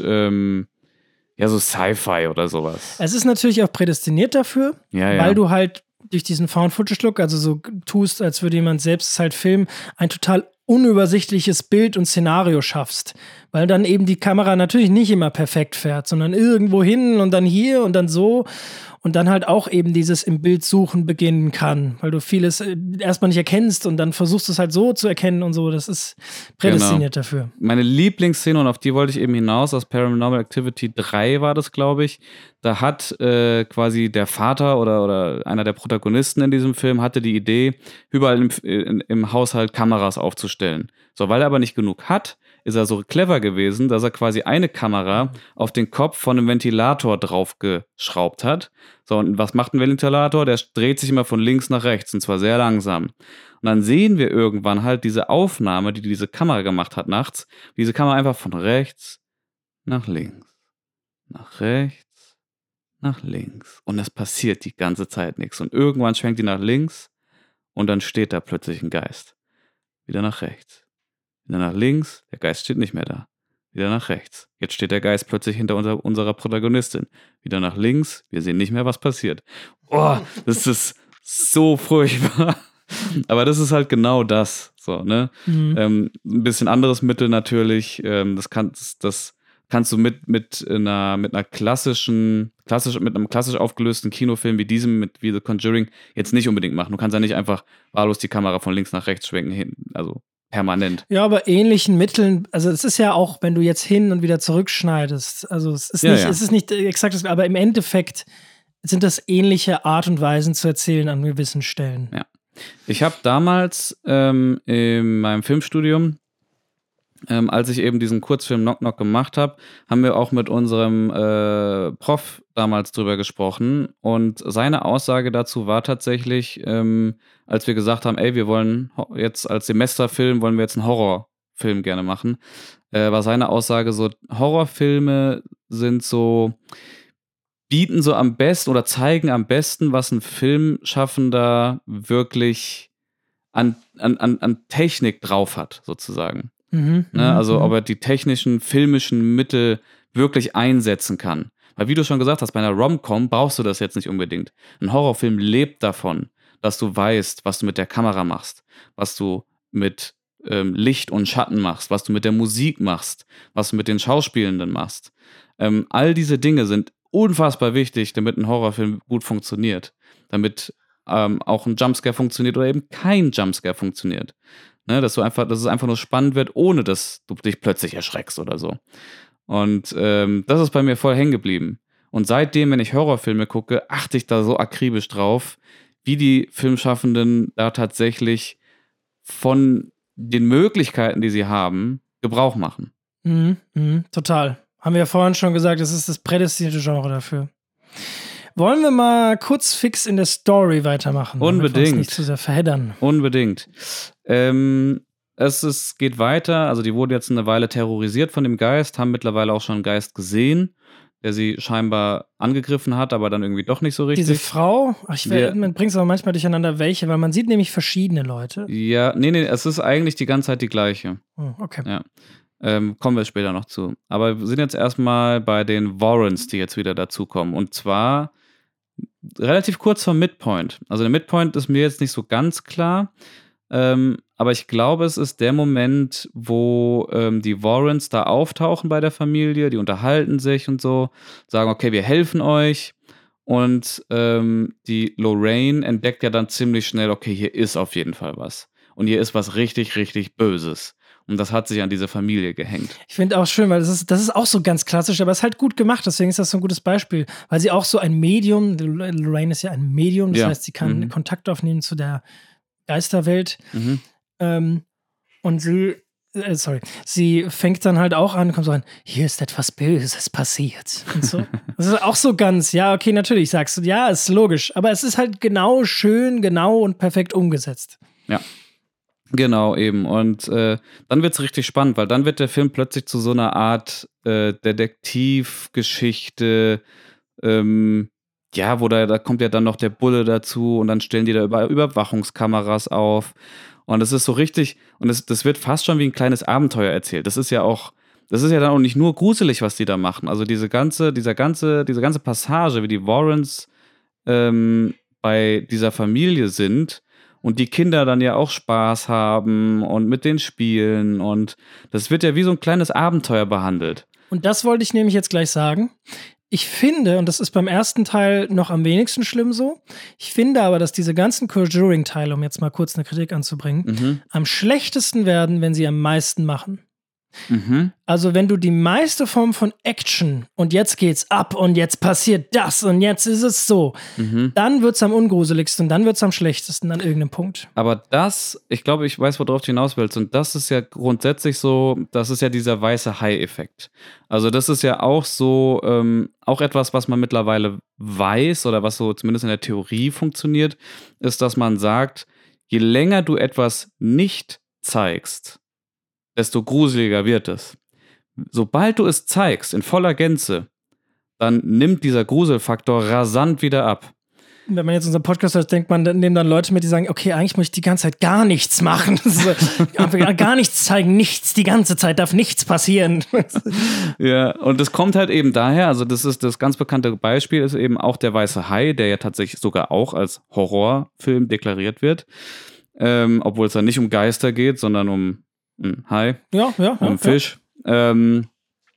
so Sci-Fi oder sowas. Es ist natürlich auch prädestiniert dafür, weil du halt durch diesen Found-Footage-Look, also so tust, als würde jemand selbst halt filmen, ein total unübersichtliches Bild und Szenario schaffst. Weil dann eben die Kamera natürlich nicht immer perfekt fährt, sondern irgendwo hin und dann hier und dann so. Und dann halt auch eben dieses im Bild suchen beginnen kann, weil du vieles erstmal nicht erkennst und dann versuchst es halt so zu erkennen und so. Das ist prädestiniert dafür. Meine Lieblingsszene, und auf die wollte ich eben hinaus, aus Paranormal Activity 3 war das, glaube ich. Da hat quasi der Vater oder einer der Protagonisten in diesem Film hatte die Idee, überall im Haushalt Kameras aufzustellen. So, weil er aber nicht genug hat, ist er so clever gewesen, dass er quasi eine Kamera auf den Kopf von einem Ventilator draufgeschraubt hat. So, und was macht ein Ventilator? Der dreht sich immer von links nach rechts, und zwar sehr langsam. Und dann sehen wir irgendwann halt diese Aufnahme, die diese Kamera gemacht hat nachts. Diese Kamera einfach von rechts nach links, nach rechts, nach links. Und es passiert die ganze Zeit nichts. Und irgendwann schwenkt die nach links und dann steht da plötzlich ein Geist. Wieder nach rechts. Wieder nach links, der Geist steht nicht mehr da. Wieder nach rechts. Jetzt steht der Geist plötzlich hinter unserer Protagonistin. Wieder nach links, wir sehen nicht mehr, was passiert. Oh, das ist so furchtbar. Aber das ist halt genau das. So, ne? Ein bisschen anderes Mittel natürlich. Das kannst du mit einem klassisch aufgelösten Kinofilm wie diesem, wie The Conjuring, jetzt nicht unbedingt machen. Du kannst ja nicht einfach wahllos die Kamera von links nach rechts schwenken, also permanent. Ja, aber ähnlichen Mitteln, also es ist ja auch, wenn du jetzt hin und wieder zurückschneidest, also es ist nicht exakt das, aber im Endeffekt sind das ähnliche Art und Weisen zu erzählen an gewissen Stellen. Ja. Ich habe damals in meinem Filmstudium, als ich eben diesen Kurzfilm Knock Knock gemacht habe, haben wir auch mit unserem Prof damals drüber gesprochen, und seine Aussage dazu war tatsächlich, als wir gesagt haben, wir wollen jetzt als Semesterfilm, wollen wir jetzt einen Horrorfilm gerne machen, war seine Aussage so, Horrorfilme bieten so am besten oder zeigen am besten, was ein Filmschaffender wirklich an Technik drauf hat, sozusagen. Also ob er die technischen, filmischen Mittel wirklich einsetzen kann. Weil wie du schon gesagt hast, bei einer Rom-Com brauchst du das jetzt nicht unbedingt. Ein Horrorfilm lebt davon, dass du weißt, was du mit der Kamera machst, was du mit Licht und Schatten machst, was du mit der Musik machst, was du mit den Schauspielenden machst. All diese Dinge sind unfassbar wichtig, damit ein Horrorfilm gut funktioniert. Damit auch ein Jumpscare funktioniert oder eben kein Jumpscare funktioniert. Ne, dass es einfach nur spannend wird, ohne dass du dich plötzlich erschreckst oder so. Und das ist bei mir voll hängen geblieben. Und seitdem, wenn ich Horrorfilme gucke, achte ich da so akribisch drauf, wie die Filmschaffenden da tatsächlich von den Möglichkeiten, die sie haben, Gebrauch machen. Total. Haben wir ja vorhin schon gesagt, das ist das prädestinierte Genre dafür. Wollen wir mal kurz fix in der Story weitermachen? Unbedingt. Damit wir uns nicht zu sehr verheddern. Unbedingt. Es geht weiter. Also die wurden jetzt eine Weile terrorisiert von dem Geist, haben mittlerweile auch schon einen Geist gesehen, der sie scheinbar angegriffen hat, aber dann irgendwie doch nicht so richtig. Diese Frau, man bringt es aber manchmal durcheinander, welche, weil man sieht nämlich verschiedene Leute. Ja, nee, es ist eigentlich die ganze Zeit die gleiche. Oh, okay. Ja. Kommen wir später noch zu. Aber wir sind jetzt erstmal bei den Warrens, die jetzt wieder dazukommen. Und zwar relativ kurz vor Midpoint. Also der Midpoint ist mir jetzt nicht so ganz klar. Aber ich glaube, es ist der Moment, wo die Warrens da auftauchen bei der Familie, die unterhalten sich und so, sagen, okay, wir helfen euch. Und die Lorraine entdeckt ja dann ziemlich schnell, okay, hier ist auf jeden Fall was. Und hier ist was richtig, richtig Böses. Und das hat sich an diese Familie gehängt. Ich finde auch schön, weil das ist auch so ganz klassisch, aber es ist halt gut gemacht, deswegen ist das so ein gutes Beispiel. Weil sie auch so ein Medium, Lorraine ist ja ein Medium, das heißt, sie kann Kontakt aufnehmen zu der Geisterwelt. Und sie fängt dann halt auch an, kommt so an, hier ist etwas Böses passiert. Und so. Das ist auch so ganz, ja, okay, natürlich sagst du, ja, ist logisch, aber es ist halt schön, genau und perfekt umgesetzt. Ja. Genau, eben. Und dann wird es richtig spannend, weil dann wird der Film plötzlich zu so einer Art Detektivgeschichte, wo da kommt ja dann noch der Bulle dazu und dann stellen die da Überwachungskameras auf. Und es ist so richtig, und das wird fast schon wie ein kleines Abenteuer erzählt. Das ist ja dann auch nicht nur gruselig, was die da machen. Also diese ganze Passage, wie die Warrens bei dieser Familie sind, und die Kinder dann ja auch Spaß haben und mit denen spielen. Und das wird ja wie so ein kleines Abenteuer behandelt. Und das wollte ich nämlich jetzt gleich sagen. Ich finde, und das ist beim ersten Teil noch am wenigsten schlimm so, ich finde aber, dass diese ganzen Conjuring-Teile, um jetzt mal kurz eine Kritik anzubringen, am schlechtesten werden, wenn sie am meisten machen. Also wenn du die meiste Form von Action und jetzt geht's ab und jetzt passiert das und jetzt ist es so, dann wird's am ungruseligsten und dann wird's am schlechtesten an irgendeinem Punkt. Aber ich glaube, ich weiß, worauf du hinaus willst, und das ist ja grundsätzlich so, das ist ja dieser weiße Hai-Effekt. Also das ist ja auch so, auch etwas, was man mittlerweile weiß oder was so zumindest in der Theorie funktioniert, ist, dass man sagt, je länger du etwas nicht zeigst, desto gruseliger wird es. Sobald du es zeigst, in voller Gänze, dann nimmt dieser Gruselfaktor rasant wieder ab. Wenn man jetzt unseren Podcast hört, denkt man, nehmen dann Leute mit, die sagen, okay, eigentlich muss ich die ganze Zeit gar nichts machen. Gar nichts zeigen, nichts, die ganze Zeit darf nichts passieren. Ja, und das kommt halt eben daher, also das ganz bekannte Beispiel ist eben auch der weiße Hai, der ja tatsächlich sogar auch als Horrorfilm deklariert wird. Obwohl es dann nicht um Geister geht, sondern um Hai, um Fisch. Und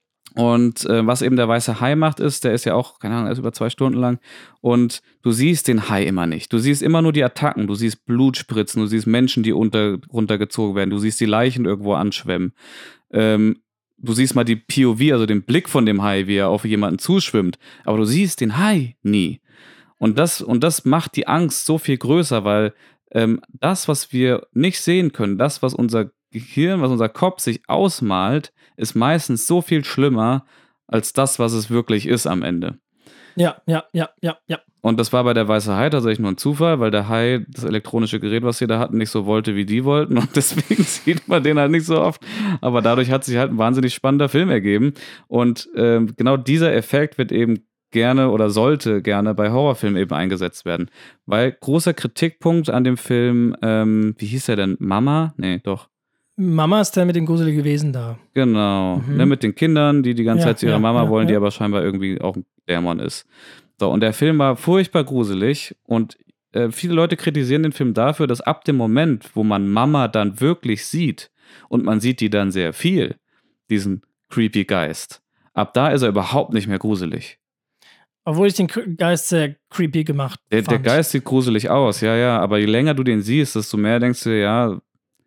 was eben der weiße Hai macht, ist, der ist ja auch, keine Ahnung, er ist über 2 Stunden lang, und du siehst den Hai immer nicht. Du siehst immer nur die Attacken, du siehst Blutspritzen, du siehst Menschen, die runtergezogen werden, du siehst die Leichen irgendwo anschwemmen. Du siehst mal die POV, also den Blick von dem Hai, wie er auf jemanden zuschwimmt, aber du siehst den Hai nie. Und das macht die Angst so viel größer, weil das, was wir nicht sehen können, das, was unser Gehirn, was unser Kopf sich ausmalt, ist meistens so viel schlimmer als das, was es wirklich ist am Ende. Ja. Und das war bei der weiße Hai tatsächlich nur ein Zufall, weil der Hai das elektronische Gerät, was sie da hatten, nicht so wollte, wie die wollten, und deswegen sieht man den halt nicht so oft. Aber dadurch hat sich halt ein wahnsinnig spannender Film ergeben, und genau dieser Effekt wird eben gerne oder sollte gerne bei Horrorfilmen eben eingesetzt werden. Weil großer Kritikpunkt an dem Film, wie hieß er denn? Mama? Nee, doch. Mama ist der mit dem gruseligen Wesen da. Genau, ne, mit den Kindern, die ganze Zeit zu ihrer Mama wollen, die aber scheinbar irgendwie auch ein Dämon ist. So, und der Film war furchtbar gruselig, und viele Leute kritisieren den Film dafür, dass ab dem Moment, wo man Mama dann wirklich sieht und man sieht die dann sehr viel, diesen creepy Geist, ab da ist er überhaupt nicht mehr gruselig. Obwohl ich den Geist sehr creepy gemacht Der fand. Geist sieht gruselig aus, ja, aber je länger du den siehst, desto mehr denkst du, ja.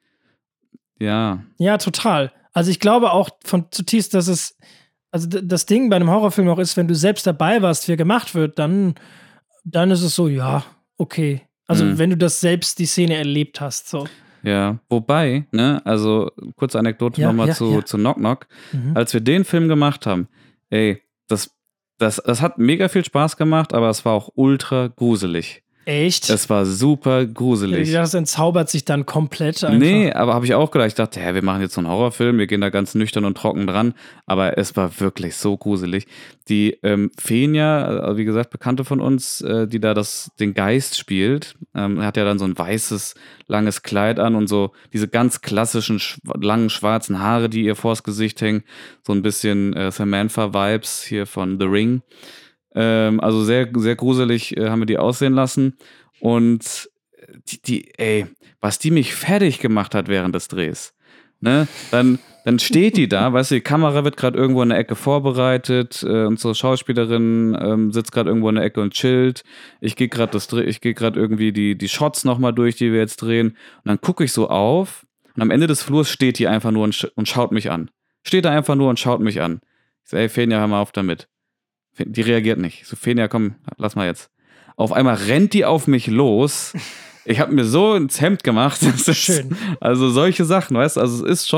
Ja, total. Also ich glaube auch zutiefst, dass es, also das Ding bei einem Horrorfilm auch ist, wenn du selbst dabei warst, wie er gemacht wird, dann ist es so, ja, okay. Also wenn du das selbst, die Szene erlebt hast, so. Ja, wobei, ne, also kurze Anekdote nochmal zu Knock Knock. Als wir den Film gemacht haben, ey, das hat mega viel Spaß gemacht, aber es war auch ultra gruselig. Echt? Es war super gruselig. Das entzaubert sich dann komplett einfach. Nee, aber habe ich auch gedacht. Ich dachte, wir machen jetzt so einen Horrorfilm, wir gehen da ganz nüchtern und trocken dran. Aber es war wirklich so gruselig. Die Fenja, wie gesagt, Bekannte von uns, die da den Geist spielt, hat ja dann so ein weißes, langes Kleid an und so diese ganz klassischen, langen, schwarzen Haare, die ihr vors Gesicht hängen. So ein bisschen Samantha-Vibes hier von The Ring. Also sehr, sehr gruselig haben wir die aussehen lassen. Und was die mich fertig gemacht hat während des Drehs. Ne? Dann steht die da, weißt du, die Kamera wird gerade irgendwo in der Ecke vorbereitet, unsere Schauspielerin sitzt gerade irgendwo in der Ecke und chillt. Ich gehe gerade irgendwie die Shots nochmal durch, die wir jetzt drehen. Und dann gucke ich so auf und am Ende des Flurs steht die einfach nur und schaut mich an. Steht da einfach nur und schaut mich an. Ich so, ey, Fenja, hör mal auf damit. Die reagiert nicht. So, Fenja, komm, lass mal jetzt. Auf einmal rennt die auf mich los. Ich habe mir so ins Hemd gemacht. Schön. Also solche Sachen, weißt du? Also es ist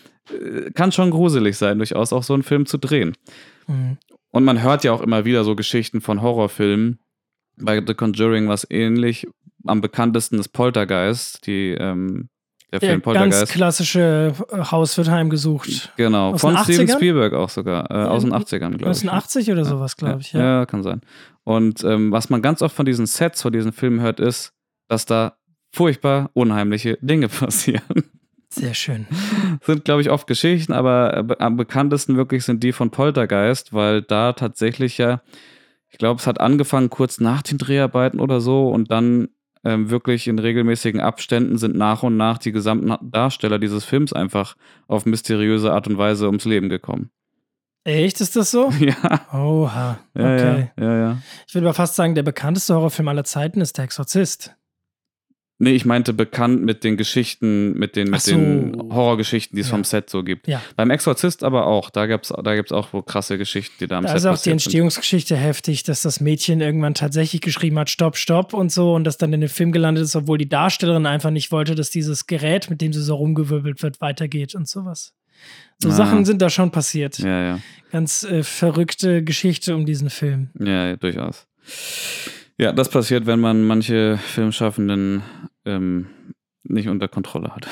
kann schon gruselig sein, durchaus auch so einen Film zu drehen. Mhm. Und man hört ja auch immer wieder so Geschichten von Horrorfilmen. Bei The Conjuring was ähnlich. Am bekanntesten ist Poltergeist, der Film Poltergeist. Ganz klassische Haus wird heimgesucht. Genau, aus von den Steven 80ern? Spielberg auch sogar. Aus den 80ern, glaube ich. 1980 oder sowas, glaube ich. Ja, kann sein. Und was man ganz oft von diesen Sets, von diesen Filmen hört, ist, dass da furchtbar unheimliche Dinge passieren. Sehr schön. Sind, glaube ich, oft Geschichten, aber am bekanntesten wirklich sind die von Poltergeist, weil da tatsächlich ich glaube, es hat angefangen kurz nach den Dreharbeiten oder so und dann wirklich in regelmäßigen Abständen sind nach und nach die gesamten Darsteller dieses Films einfach auf mysteriöse Art und Weise ums Leben gekommen. Echt, ist das so? Ja. Oha, okay. Ja. Ich würde aber fast sagen, der bekannteste Horrorfilm aller Zeiten ist Der Exorzist. Nee, ich meinte bekannt mit den Geschichten, mit den Horrorgeschichten, die es vom Set so gibt. Ja. Beim Exorzist aber auch. Da gibt's auch wohl krasse Geschichten, die da am Set Da ist auch die passiert Entstehungsgeschichte heftig, dass das Mädchen irgendwann tatsächlich geschrieben hat, Stopp, Stopp und so und das dann in den Film gelandet ist, obwohl die Darstellerin einfach nicht wollte, dass dieses Gerät, mit dem sie so rumgewirbelt wird, weitergeht und sowas. So Sachen sind da schon passiert. Ja. Ganz verrückte Geschichte um diesen Film. Ja, durchaus. Ja, das passiert, wenn man manche Filmschaffenden nicht unter Kontrolle hat.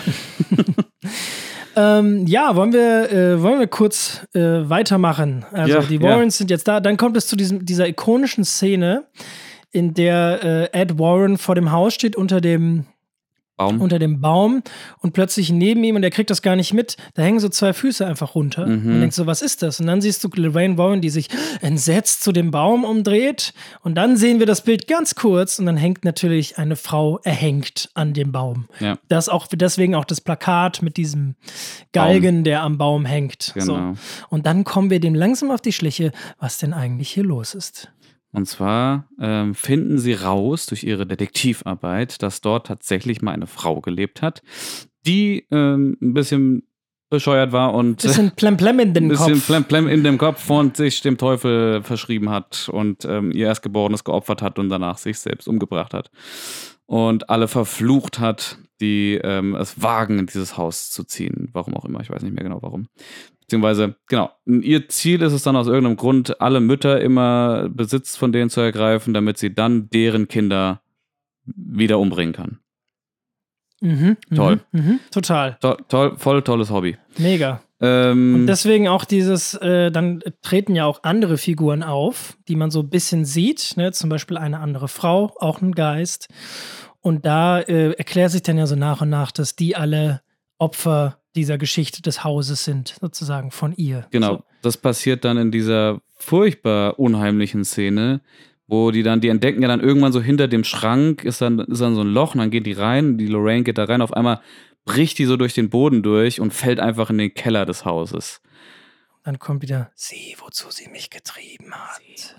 Wollen wir kurz weitermachen? Also die Warrens sind jetzt da. Dann kommt es zu dieser ikonischen Szene, in der Ed Warren vor dem Haus steht unter dem Baum und plötzlich neben ihm, und er kriegt das gar nicht mit, da hängen so zwei Füße einfach runter und denkst so, was ist das? Und dann siehst du Lorraine Warren, die sich entsetzt zu dem Baum umdreht und dann sehen wir das Bild ganz kurz und dann hängt natürlich eine Frau erhängt an dem Baum. Ja. Deswegen auch das Plakat mit diesem Galgen, der am Baum hängt. Genau. So. Und dann kommen wir dem langsam auf die Schliche, was denn eigentlich hier los ist. Und zwar finden sie raus durch ihre Detektivarbeit, dass dort tatsächlich mal eine Frau gelebt hat, die ein bisschen bescheuert war und bisschen Plemplem in den Kopf. Bisschen Plemplem in dem Kopf und sich dem Teufel verschrieben hat und ihr Erstgeborenes geopfert hat und danach sich selbst umgebracht hat. Und alle verflucht hat, die es wagen, in dieses Haus zu ziehen. Warum auch immer, ich weiß nicht mehr genau warum. Beziehungsweise, genau, ihr Ziel ist es dann aus irgendeinem Grund, alle Mütter immer Besitz von denen zu ergreifen, damit sie dann deren Kinder wieder umbringen kann. Toll. Total. Voll tolles Hobby. Mega. Und deswegen auch dann treten ja auch andere Figuren auf, die man so ein bisschen sieht, ne? Zum Beispiel eine andere Frau, auch ein Geist. Und da erklärt sich dann ja so nach und nach, dass die alle Opfer dieser Geschichte des Hauses sind, sozusagen von ihr. Genau, so. Das passiert dann in dieser furchtbar unheimlichen Szene wo die entdecken ja dann irgendwann so hinter dem Schrank ist dann so ein Loch und dann geht die rein, die Lorraine geht da rein, auf einmal bricht die so durch den Boden durch und fällt einfach in den Keller des Hauses. Dann kommt wieder, sieh, wozu sie mich getrieben hat.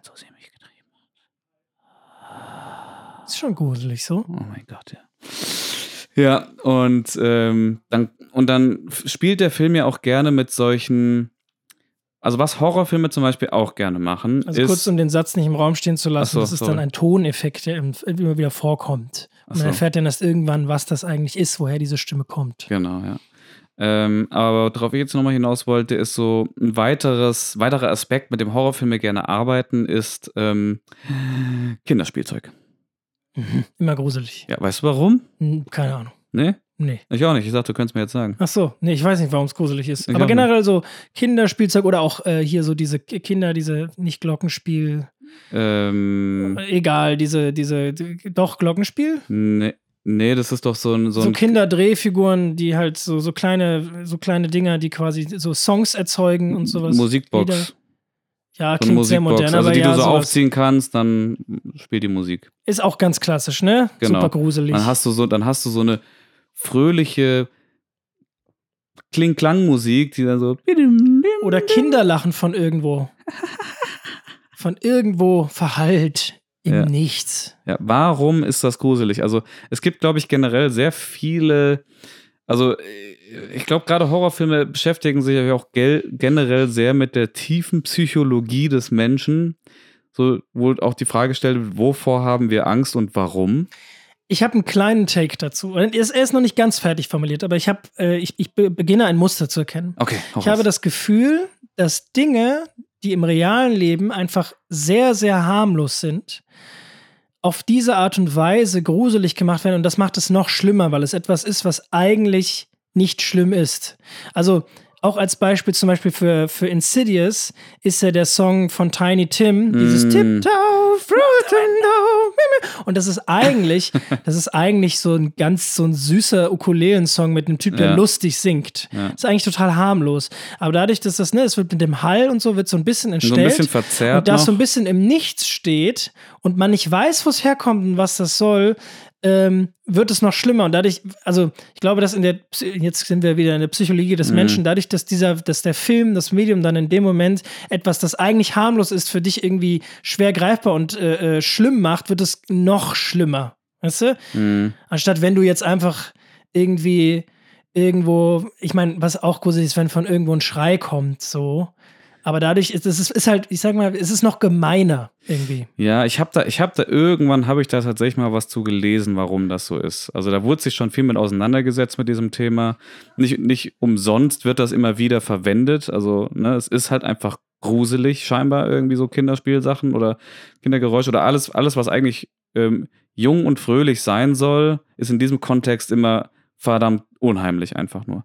Ist schon gruselig so. Oh mein Gott, ja. Ja, und dann spielt der Film ja auch gerne mit solchen, also was Horrorfilme zum Beispiel auch gerne machen, Also ist, kurz, um den Satz nicht im Raum stehen zu lassen, Ach so, das ist sorry. dann ein Toneffekt, der immer wieder vorkommt. Und man erfährt dann erst irgendwann, was das eigentlich ist, woher diese Stimme kommt. Genau, ja. Aber worauf ich jetzt nochmal hinaus wollte, ist so ein weiterer Aspekt, mit dem Horrorfilme gerne arbeiten, ist Kinderspielzeug. Immer gruselig. Ja, weißt du warum? Keine Ahnung. Nee? Nee. Ich auch nicht. Ich dachte, du könntest mir jetzt sagen. Ach so, nee, ich weiß nicht, warum es gruselig ist. Ich Aber auch generell so Kinderspielzeug oder auch hier so diese Kinder, diese nicht Glockenspiel, egal, doch Glockenspiel? Nee, das ist doch so ein Kinderdrehfiguren, die halt so kleine Dinger, die quasi so Songs erzeugen und sowas. Musikbox. Ja, So eine klingt sehr Musikbox, modern, also aber die ja, du so sowas. aufziehen kannst, dann spielt die Musik. Ist auch ganz klassisch, ne? Genau. Super gruselig. Dann hast du so eine fröhliche Kling-Klang-Musik, die dann so Oder Kinderlachen von irgendwo. Von irgendwo verhallt im Nichts. Ja, warum ist das gruselig? Also es gibt, glaube ich, generell sehr viele, also ich glaube, gerade Horrorfilme beschäftigen sich ja auch generell sehr mit der tiefen Psychologie des Menschen. So, wo auch die Frage gestellt wird, wovor haben wir Angst und warum? Ich habe einen kleinen Take dazu. Er ist noch nicht ganz fertig formuliert, aber ich beginne ein Muster zu erkennen. Okay, ich habe das Gefühl, dass Dinge, die im realen Leben einfach sehr, sehr harmlos sind, auf diese Art und Weise gruselig gemacht werden. Und das macht es noch schlimmer, weil es etwas ist, was eigentlich nicht schlimm ist. Also auch als Beispiel zum Beispiel für Insidious ist ja der Song von Tiny Tim, dieses Tiptoe through the window. Und das ist eigentlich so ein süßer Ukulelen-Song mit einem Typ, der lustig singt. Ja. Das ist eigentlich total harmlos. Aber dadurch, dass es wird mit dem Hall und so, wird so ein bisschen entstellt. So ein bisschen verzerrt und das noch. so ein bisschen im Nichts steht und man nicht weiß, wo es herkommt und was das soll, wird es noch schlimmer. Und dadurch, also ich glaube, dass jetzt sind wir wieder in der Psychologie des Menschen, dadurch, dass der Film, das Medium dann in dem Moment etwas, das eigentlich harmlos ist, für dich irgendwie schwer greifbar und schlimm macht, wird es noch schlimmer. Weißt du? Anstatt wenn du jetzt einfach irgendwie irgendwo, ich meine, was auch gruselig ist, wenn von irgendwo ein Schrei kommt, so. Aber dadurch ist halt, ich sag mal, es ist noch gemeiner irgendwie. Ja, irgendwann habe ich da tatsächlich mal was zu gelesen, warum das so ist. Also da wurde sich schon viel mit auseinandergesetzt mit diesem Thema. Nicht umsonst wird das immer wieder verwendet. Also, ne, es ist halt einfach gruselig, scheinbar irgendwie so Kinderspielsachen oder Kindergeräusche oder alles, was eigentlich jung und fröhlich sein soll, ist in diesem Kontext immer verdammt unheimlich einfach nur.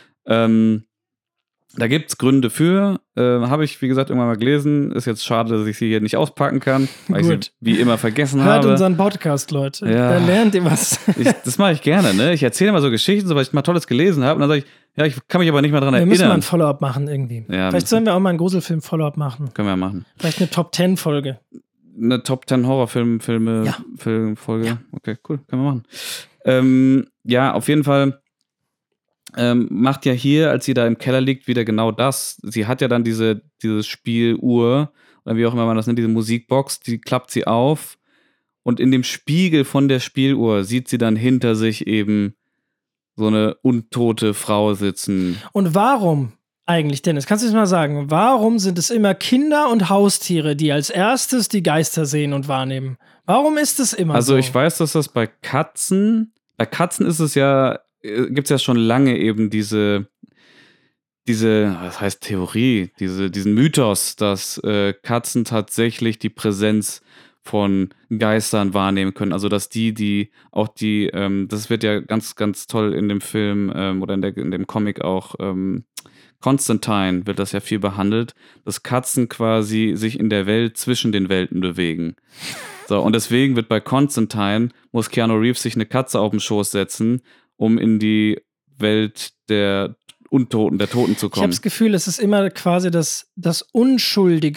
Da gibt es Gründe für, habe ich, wie gesagt, irgendwann mal gelesen. Ist jetzt schade, dass ich sie hier nicht auspacken kann, weil ich sie wie immer vergessen habe. Hört unseren Podcast, Leute. Ja. Da lernt ihr was. Das mache ich gerne, ne? Ich erzähle immer so Geschichten, so, weil ich mal Tolles gelesen habe. Und dann sage ich, ja, ich kann mich aber nicht mehr dran erinnern. Wir müssen mal ein Follow-up machen irgendwie. Ja, Vielleicht sollen wir auch mal einen Gruselfilm-Follow-up machen. Können wir machen. Vielleicht eine Top-10-Folge. Eine Top-10 Ja. Filmfolge. Ja. Okay, cool, können wir machen. Ja, auf jeden Fall macht ja hier, als sie da im Keller liegt, wieder genau das. Sie hat ja dann diese Spieluhr, oder wie auch immer man das nennt, diese Musikbox, die klappt sie auf und in dem Spiegel von der Spieluhr sieht sie dann hinter sich eben so eine untote Frau sitzen. Und warum eigentlich, Dennis? Kannst du es mal sagen? Warum sind es immer Kinder und Haustiere, die als erstes die Geister sehen und wahrnehmen? Warum ist es immer so? Also ich weiß, dass das bei Katzen ist es ja, gibt es ja schon lange eben diese, was heißt Theorie, diesen Mythos, dass Katzen tatsächlich die Präsenz von Geistern wahrnehmen können. Also dass das wird ja ganz, ganz toll in dem Film oder in dem Comic auch, Constantine wird das ja viel behandelt, dass Katzen quasi sich in der Welt zwischen den Welten bewegen. So, und deswegen wird bei Constantine, muss Keanu Reeves sich eine Katze auf den Schoß setzen, um in die Welt der Toten zu kommen. Ich habe das Gefühl, es ist immer quasi das Unschuldige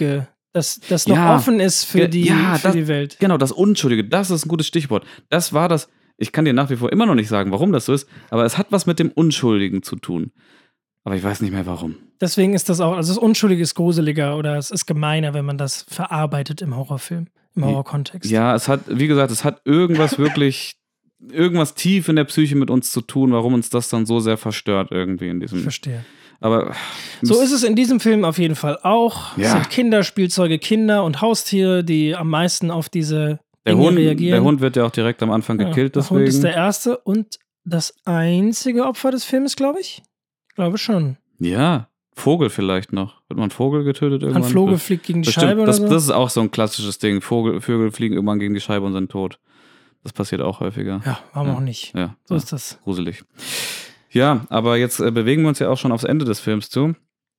dass das noch Ja. offen ist für die Welt. Genau, das Unschuldige, das ist ein gutes Stichwort. Das war das, ich kann dir nach wie vor immer noch nicht sagen, warum das so ist, aber es hat was mit dem Unschuldigen zu tun. Aber ich weiß nicht mehr, warum. Deswegen ist das auch, also das Unschuldige ist gruseliger oder es ist gemeiner, wenn man das verarbeitet im Horrorfilm, im Horrorkontext. Ja, es hat, wie gesagt, es hat irgendwas irgendwas tief in der Psyche mit uns zu tun, warum uns das dann so sehr verstört irgendwie in diesem. Verstehe. Aber so ist es in diesem Film auf jeden Fall auch. Ja. Es sind Kinderspielzeuge, Kinder und Haustiere, die am meisten auf diese der Dinge Hund, reagieren. der Hund wird ja auch direkt am Anfang gekillt, der deswegen. Hund ist der erste und das einzige Opfer des Films, glaube ich. Ich glaube schon. Ja, Vogel vielleicht noch. Wird man Vogel getötet irgendwann? Ein Vogel fliegt gegen die Bestimmt, Scheibe oder so? Das ist auch so ein klassisches Ding. Vögel fliegen irgendwann gegen die Scheibe und sind tot. Das passiert auch häufiger. Ja, warum auch nicht. Ja, So ist das. gruselig. Ja, aber jetzt bewegen wir uns ja auch schon aufs Ende des Films zu.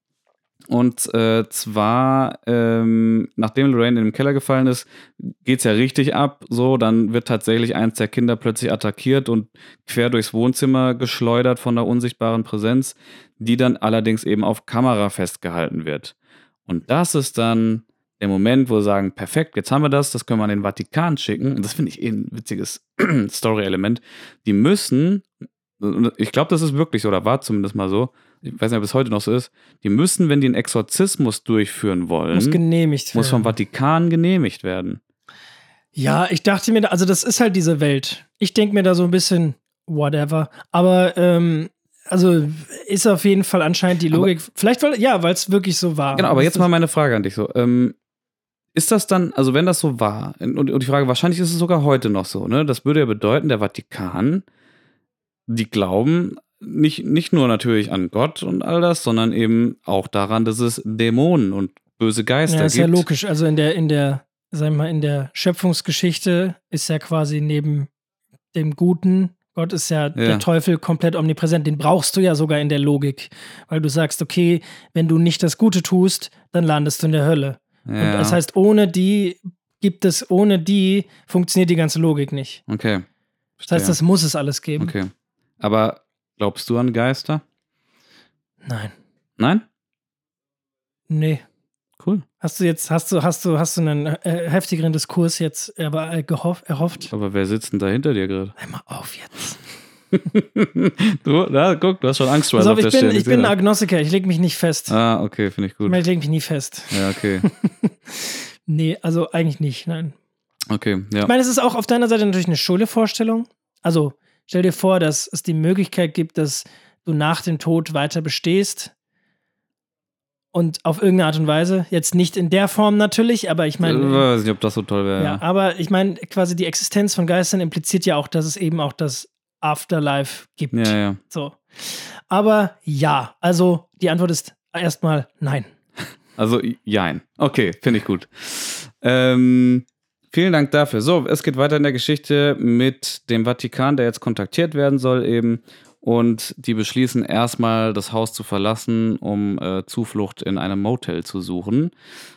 Und zwar, nachdem Lorraine in den Keller gefallen ist, geht's ja richtig ab. So, dann wird tatsächlich eins der Kinder plötzlich attackiert und quer durchs Wohnzimmer geschleudert von der unsichtbaren Präsenz, die dann allerdings eben auf Kamera festgehalten wird. Und das ist dann der Moment, wo wir sagen, perfekt, jetzt haben wir das können wir an den Vatikan schicken. Und das finde ich ein witziges Story-Element. Die müssen, ich glaube, das ist wirklich so, oder war zumindest mal so, ich weiß nicht, ob es heute noch so ist, die müssen, wenn die einen Exorzismus durchführen wollen, Muss genehmigt werden. muss vom Vatikan genehmigt werden. Ja, ich dachte mir, also das ist halt diese Welt. Ich denke mir da so ein bisschen, whatever. Aber, also ist auf jeden Fall anscheinend die Logik. Vielleicht, weil es wirklich so war. Genau, aber jetzt mal meine Frage an dich so. Ist das dann, also wenn das so war, und die Frage, wahrscheinlich ist es sogar heute noch so, ne? Das würde ja bedeuten, der Vatikan, die glauben nicht nur natürlich an Gott und all das, sondern eben auch daran, dass es Dämonen und böse Geister gibt. Ja, ist ja logisch. Also in der, sagen wir mal, in der Schöpfungsgeschichte ist ja quasi neben dem Guten, Gott ist ja der Teufel komplett omnipräsent. Den brauchst du ja sogar in der Logik. Weil du sagst, okay, wenn du nicht das Gute tust, dann landest du in der Hölle. Ja. Und das heißt, ohne die funktioniert die ganze Logik nicht. Okay. Das heißt, das muss es alles geben. Okay. Aber glaubst du an Geister? Nein. Nein? Nee. Cool. Hast du einen heftigeren Diskurs jetzt erhofft? Aber wer sitzt denn da hinter dir gerade? Einmal auf jetzt. Guck, du hast schon Angst vor Pass auf, der Stirn. ich bin ein Agnostiker, ich lege mich nicht fest. Ah, okay, finde ich gut. Ich lege mich nie fest. Ja, okay. Nee, also eigentlich nicht, nein. Okay, ja. Ich meine, es ist auch auf deiner Seite natürlich eine schöne Vorstellung. Also stell dir vor, dass es die Möglichkeit gibt, dass du nach dem Tod weiter bestehst. Und auf irgendeine Art und Weise. Jetzt nicht in der Form natürlich, aber ich meine. Ich weiß nicht, ob das so toll wäre. Ja, aber ich meine, quasi die Existenz von Geistern impliziert ja auch, dass es eben auch das Afterlife gibt. Ja. So. Aber ja, also die Antwort ist erstmal nein. Also, jein. Okay, finde ich gut. Vielen Dank dafür. So, es geht weiter in der Geschichte mit dem Vatikan, der jetzt kontaktiert werden soll eben. Und die beschließen erstmal, das Haus zu verlassen, um Zuflucht in einem Motel zu suchen.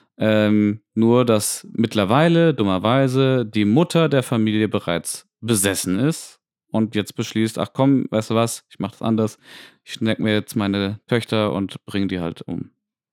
Nur, dass mittlerweile, dummerweise, die Mutter der Familie bereits besessen ist und jetzt beschließt, ach komm, weißt du was, ich mach das anders. Ich schnack mir jetzt meine Töchter und bring die halt um.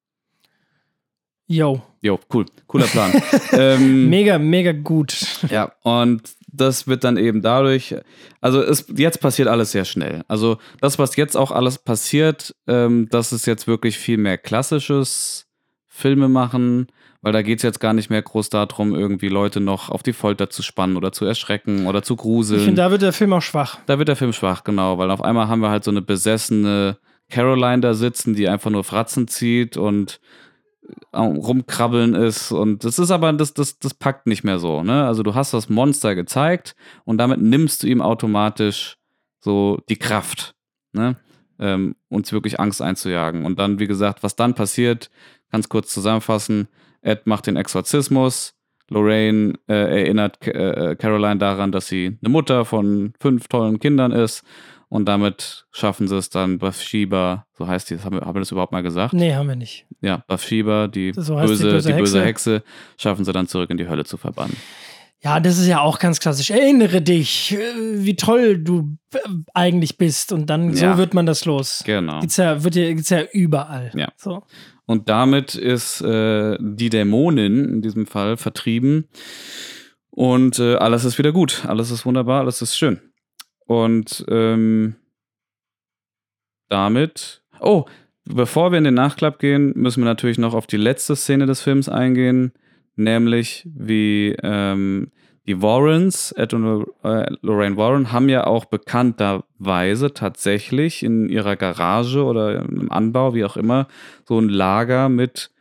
Jo, cool. Cooler Plan. mega, mega gut. Ja, und das wird dann eben dadurch, also jetzt passiert alles sehr schnell. Also das, was jetzt auch alles passiert, das ist jetzt wirklich viel mehr klassisches Filme machen, weil da geht es jetzt gar nicht mehr groß darum, irgendwie Leute noch auf die Folter zu spannen oder zu erschrecken oder zu gruseln. Ich finde, da wird der Film auch schwach. Da wird der Film schwach, genau, weil auf einmal haben wir halt so eine besessene Caroline da sitzen, die einfach nur Fratzen zieht und rumkrabbeln ist und das ist aber, das packt nicht mehr so, ne? Also du hast das Monster gezeigt und damit nimmst du ihm automatisch so die Kraft, ne? Uns wirklich Angst einzujagen. Und dann, wie gesagt, was dann passiert, ganz kurz zusammenfassen, Ed macht den Exorzismus, Lorraine erinnert Caroline daran, dass sie eine Mutter von 5 tollen Kindern ist. Und damit schaffen sie es dann, Bathsheba, so heißt die, haben wir das überhaupt mal gesagt? Nee, haben wir nicht. Ja, Bathsheba, die So heißt böse Hexe, schaffen sie dann zurück in die Hölle zu verbannen. Ja, das ist ja auch ganz klassisch. Erinnere dich, wie toll du eigentlich bist. Und dann so wird man das los. Genau. Gibt's ja überall. Ja. So. Und damit ist die Dämonin in diesem Fall vertrieben. Und alles ist wieder gut. Alles ist wunderbar, alles ist schön. Und damit... Oh, bevor wir in den Nachklapp gehen, müssen wir natürlich noch auf die letzte Szene des Films eingehen. Nämlich wie die Warrens, Ed und Lorraine Warren, haben ja auch bekannterweise tatsächlich in ihrer Garage oder im Anbau, wie auch immer, so ein Lager mit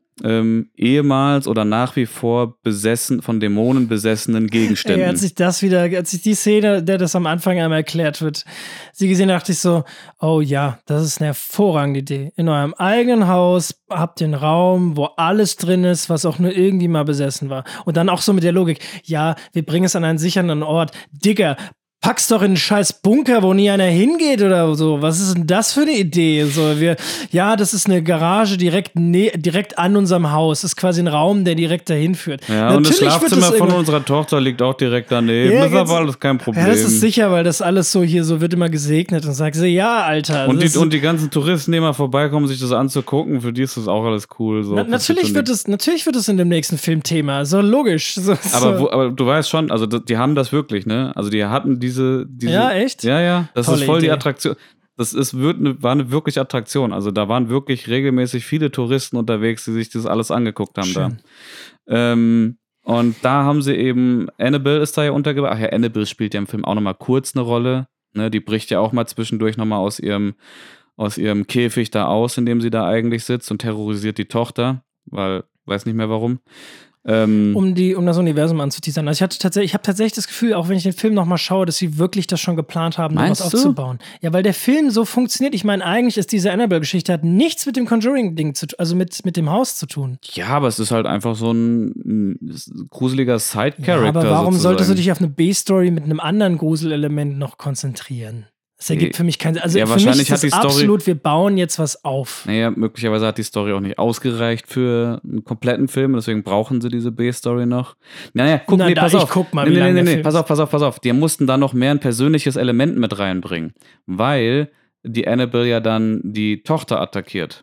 ehemals oder nach wie vor von Dämonen besessenen Gegenständen. Ey, als ich die Szene, der das am Anfang einmal erklärt wird, sie gesehen, dachte ich so, oh ja, das ist eine hervorragende Idee. In eurem eigenen Haus habt ihr einen Raum, wo alles drin ist, was auch nur irgendwie mal besessen war. Und dann auch so mit der Logik, ja, wir bringen es an einen sicheren Ort. Digga, pack's doch in einen scheiß Bunker, wo nie einer hingeht oder so. Was ist denn das für eine Idee? So, das ist eine Garage direkt an unserem Haus. Das ist quasi ein Raum, der direkt dahin führt. Ja, natürlich, und das Schlafzimmer von unserer Tochter liegt auch direkt daneben. Ja, das ist aber alles kein Problem. Ja, das ist sicher, weil das alles so hier so wird immer gesegnet und sagt so, ja, Alter. Und die ganzen Touristen, die mal vorbeikommen, sich das anzugucken, für die ist das auch alles cool. So. Natürlich wird es in dem nächsten Film Thema. So logisch. So. Aber du weißt schon, also die haben das wirklich, ne? Also die hatten diese ja, echt? Ja. Das Tolle ist voll Idee. Die Attraktion. War eine wirklich Attraktion. Also da waren wirklich regelmäßig viele Touristen unterwegs, die sich das alles angeguckt haben. Schön. Da. Und da haben sie eben, Annabelle ist da ja untergebracht. Ach ja, Annabelle spielt ja im Film auch nochmal kurz eine Rolle. Ne, die bricht ja auch mal zwischendurch nochmal aus ihrem Käfig da aus, in dem sie da eigentlich sitzt und terrorisiert die Tochter, weil, weiß nicht mehr warum. Um das Universum anzuteasern. Also ich habe tatsächlich das Gefühl, auch wenn ich den Film nochmal schaue, dass sie wirklich das schon geplant haben, was aufzubauen. Ja, weil der Film so funktioniert. Ich meine, eigentlich ist diese Annabelle-Geschichte hat nichts mit dem Conjuring-Ding zu tun, also mit dem Haus zu tun. Ja, aber es ist halt einfach so ein gruseliger Side-Character. Ja, aber warum sozusagen. Solltest du dich auf eine B-Story mit einem anderen Gruselelement noch konzentrieren? Das ergibt für mich keinen Sinn. Also ja, für wahrscheinlich mich ist hat die Story absolut, wir bauen jetzt was auf. Naja, möglicherweise hat die Story auch nicht ausgereicht für einen kompletten Film, deswegen brauchen sie diese B-Story noch. Naja, pass auf. Guck mal, wie lange der Film ist. Pass auf. Die mussten da noch mehr ein persönliches Element mit reinbringen, weil die Annabelle ja dann die Tochter attackiert.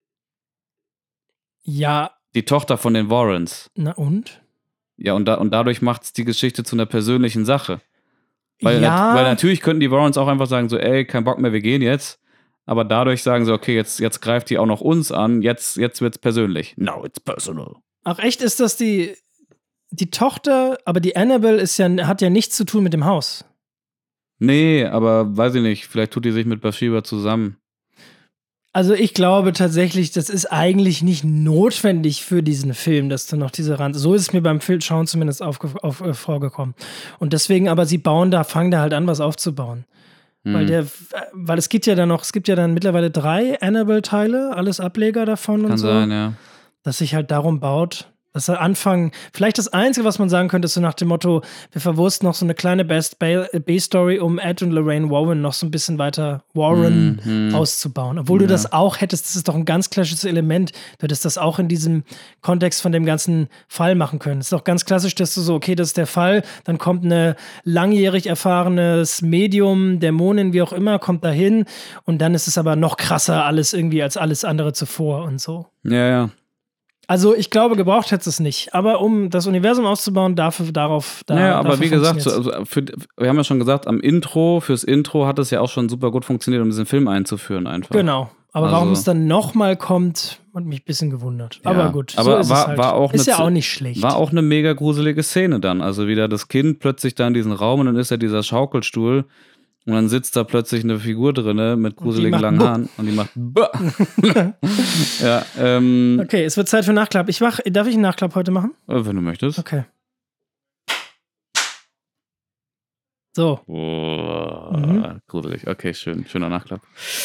Ja. Die Tochter von den Warrens. Na und? Ja, und dadurch macht es die Geschichte zu einer persönlichen Sache. Weil natürlich könnten die Warrens auch einfach sagen so, ey, kein Bock mehr, wir gehen jetzt. Aber dadurch sagen sie, okay, jetzt greift die auch noch uns an, jetzt wird's persönlich. Now it's personal. Ach echt, ist das die Tochter, aber die Annabelle hat ja nichts zu tun mit dem Haus. Nee, aber weiß ich nicht, vielleicht tut die sich mit Bathsheba zusammen. Also ich glaube tatsächlich, das ist eigentlich nicht notwendig für diesen Film, dass du noch diese Rand. So ist es mir beim Filmschauen zumindest vorgekommen. Und deswegen, aber fangen da halt an, was aufzubauen. Weil es gibt ja dann mittlerweile 3 Annabelle-Teile, alles Ableger davon und so. Kann sein, ja. Dass sich halt darum baut, dass er anfangen, vielleicht das Einzige, was man sagen könnte, ist so nach dem Motto, wir verwursten noch so eine kleine B-Story, um Ed und Lorraine Warren noch so ein bisschen weiter auszubauen. Obwohl du das auch hättest, das ist doch ein ganz klassisches Element, du hättest das auch in diesem Kontext von dem ganzen Fall machen können. Es ist doch ganz klassisch, dass du so, okay, das ist der Fall, dann kommt eine langjährig erfahrenes Medium, Dämonin, wie auch immer, kommt dahin und dann ist es aber noch krasser alles irgendwie als alles andere zuvor und so. Ja. Also ich glaube, gebraucht hätte es nicht. Aber um das Universum auszubauen, aber wie gesagt, wir haben ja schon gesagt, fürs Intro hat es ja auch schon super gut funktioniert, um diesen Film einzuführen einfach. Genau. Aber warum es dann nochmal kommt, hat mich ein bisschen gewundert. Ja, aber gut, aber so ist es halt. Ist ja auch nicht schlecht. War auch eine mega gruselige Szene dann. Also wieder das Kind plötzlich da in diesen Raum und dann ist ja dieser Schaukelstuhl. Und dann sitzt da plötzlich eine Figur drin mit gruseligen langen Haaren und die macht ja, okay, es wird Zeit für Nachklapp. Darf ich einen Nachklapp heute machen? Wenn du möchtest. Okay. So. Gruselig. Okay, schöner Nachklapp.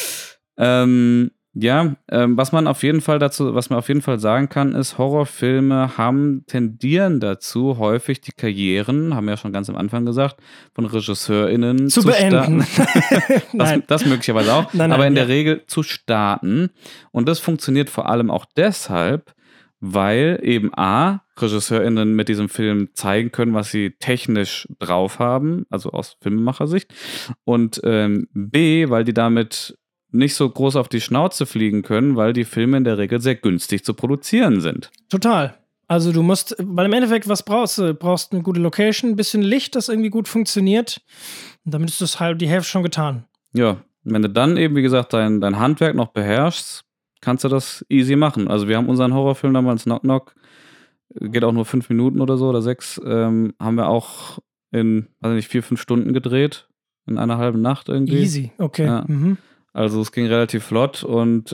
Was man auf jeden Fall sagen kann, ist, Horrorfilme tendieren dazu, häufig die Karrieren, haben wir ja schon ganz am Anfang gesagt, von RegisseurInnen zu beenden. das möglicherweise auch, aber in der Regel zu starten. Und das funktioniert vor allem auch deshalb, weil eben A, RegisseurInnen mit diesem Film zeigen können, was sie technisch drauf haben, also aus Filmemachersicht, und B, weil die damit nicht so groß auf die Schnauze fliegen können, weil die Filme in der Regel sehr günstig zu produzieren sind. Total. Also du musst, weil im Endeffekt, was brauchst du? Du brauchst eine gute Location, ein bisschen Licht, das irgendwie gut funktioniert. Und damit ist das halt die Hälfte schon getan. Ja, wenn du dann eben, wie gesagt, dein Handwerk noch beherrschst, kannst du das easy machen. Also wir haben unseren Horrorfilm damals, Knock Knock, geht auch nur 5 Minuten oder so oder 6, haben wir auch in, weiß nicht, 4-5 Stunden gedreht, in einer halben Nacht irgendwie. Easy, okay. Ja. Also es ging relativ flott und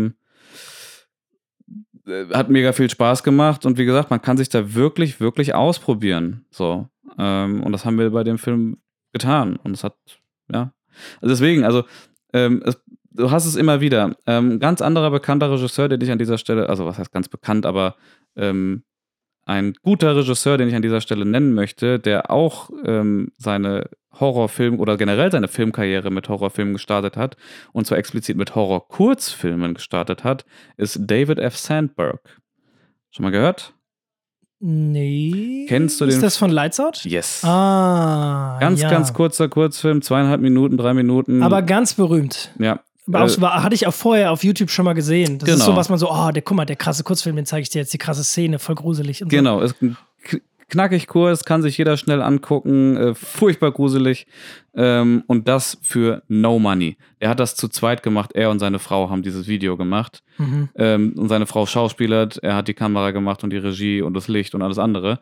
hat mega viel Spaß gemacht und wie gesagt, man kann sich da wirklich, wirklich ausprobieren. So. Und das haben wir bei dem Film getan. Und es hat, ja. Also deswegen, also du hast es immer wieder. Ganz anderer bekannter Regisseur, den ich an dieser Stelle, also was heißt ganz bekannt, aber ein guter Regisseur, den ich an dieser Stelle nennen möchte, der auch seine Horrorfilm oder generell seine Filmkarriere mit Horrorfilmen gestartet hat und zwar explizit mit Horror-Kurzfilmen gestartet hat, ist David F. Sandberg. Schon mal gehört? Nee. Kennst du den? Ist das von Lights Out? Yes. Ganz kurzer Kurzfilm, 2,5 Minuten, 3 Minuten. Aber ganz berühmt. Ja. Hatte ich auch vorher auf YouTube schon mal gesehen. Das ist Genau. so, was man so, guck mal, der krasse Kurzfilm, den zeige ich dir jetzt, die krasse Szene, voll gruselig. Und genau, ist knackig kurz, kann sich jeder schnell angucken, furchtbar gruselig und das für no money. Er hat das zu zweit gemacht, er und seine Frau haben dieses Video gemacht und seine Frau schauspielert, er hat die Kamera gemacht und die Regie und das Licht und alles andere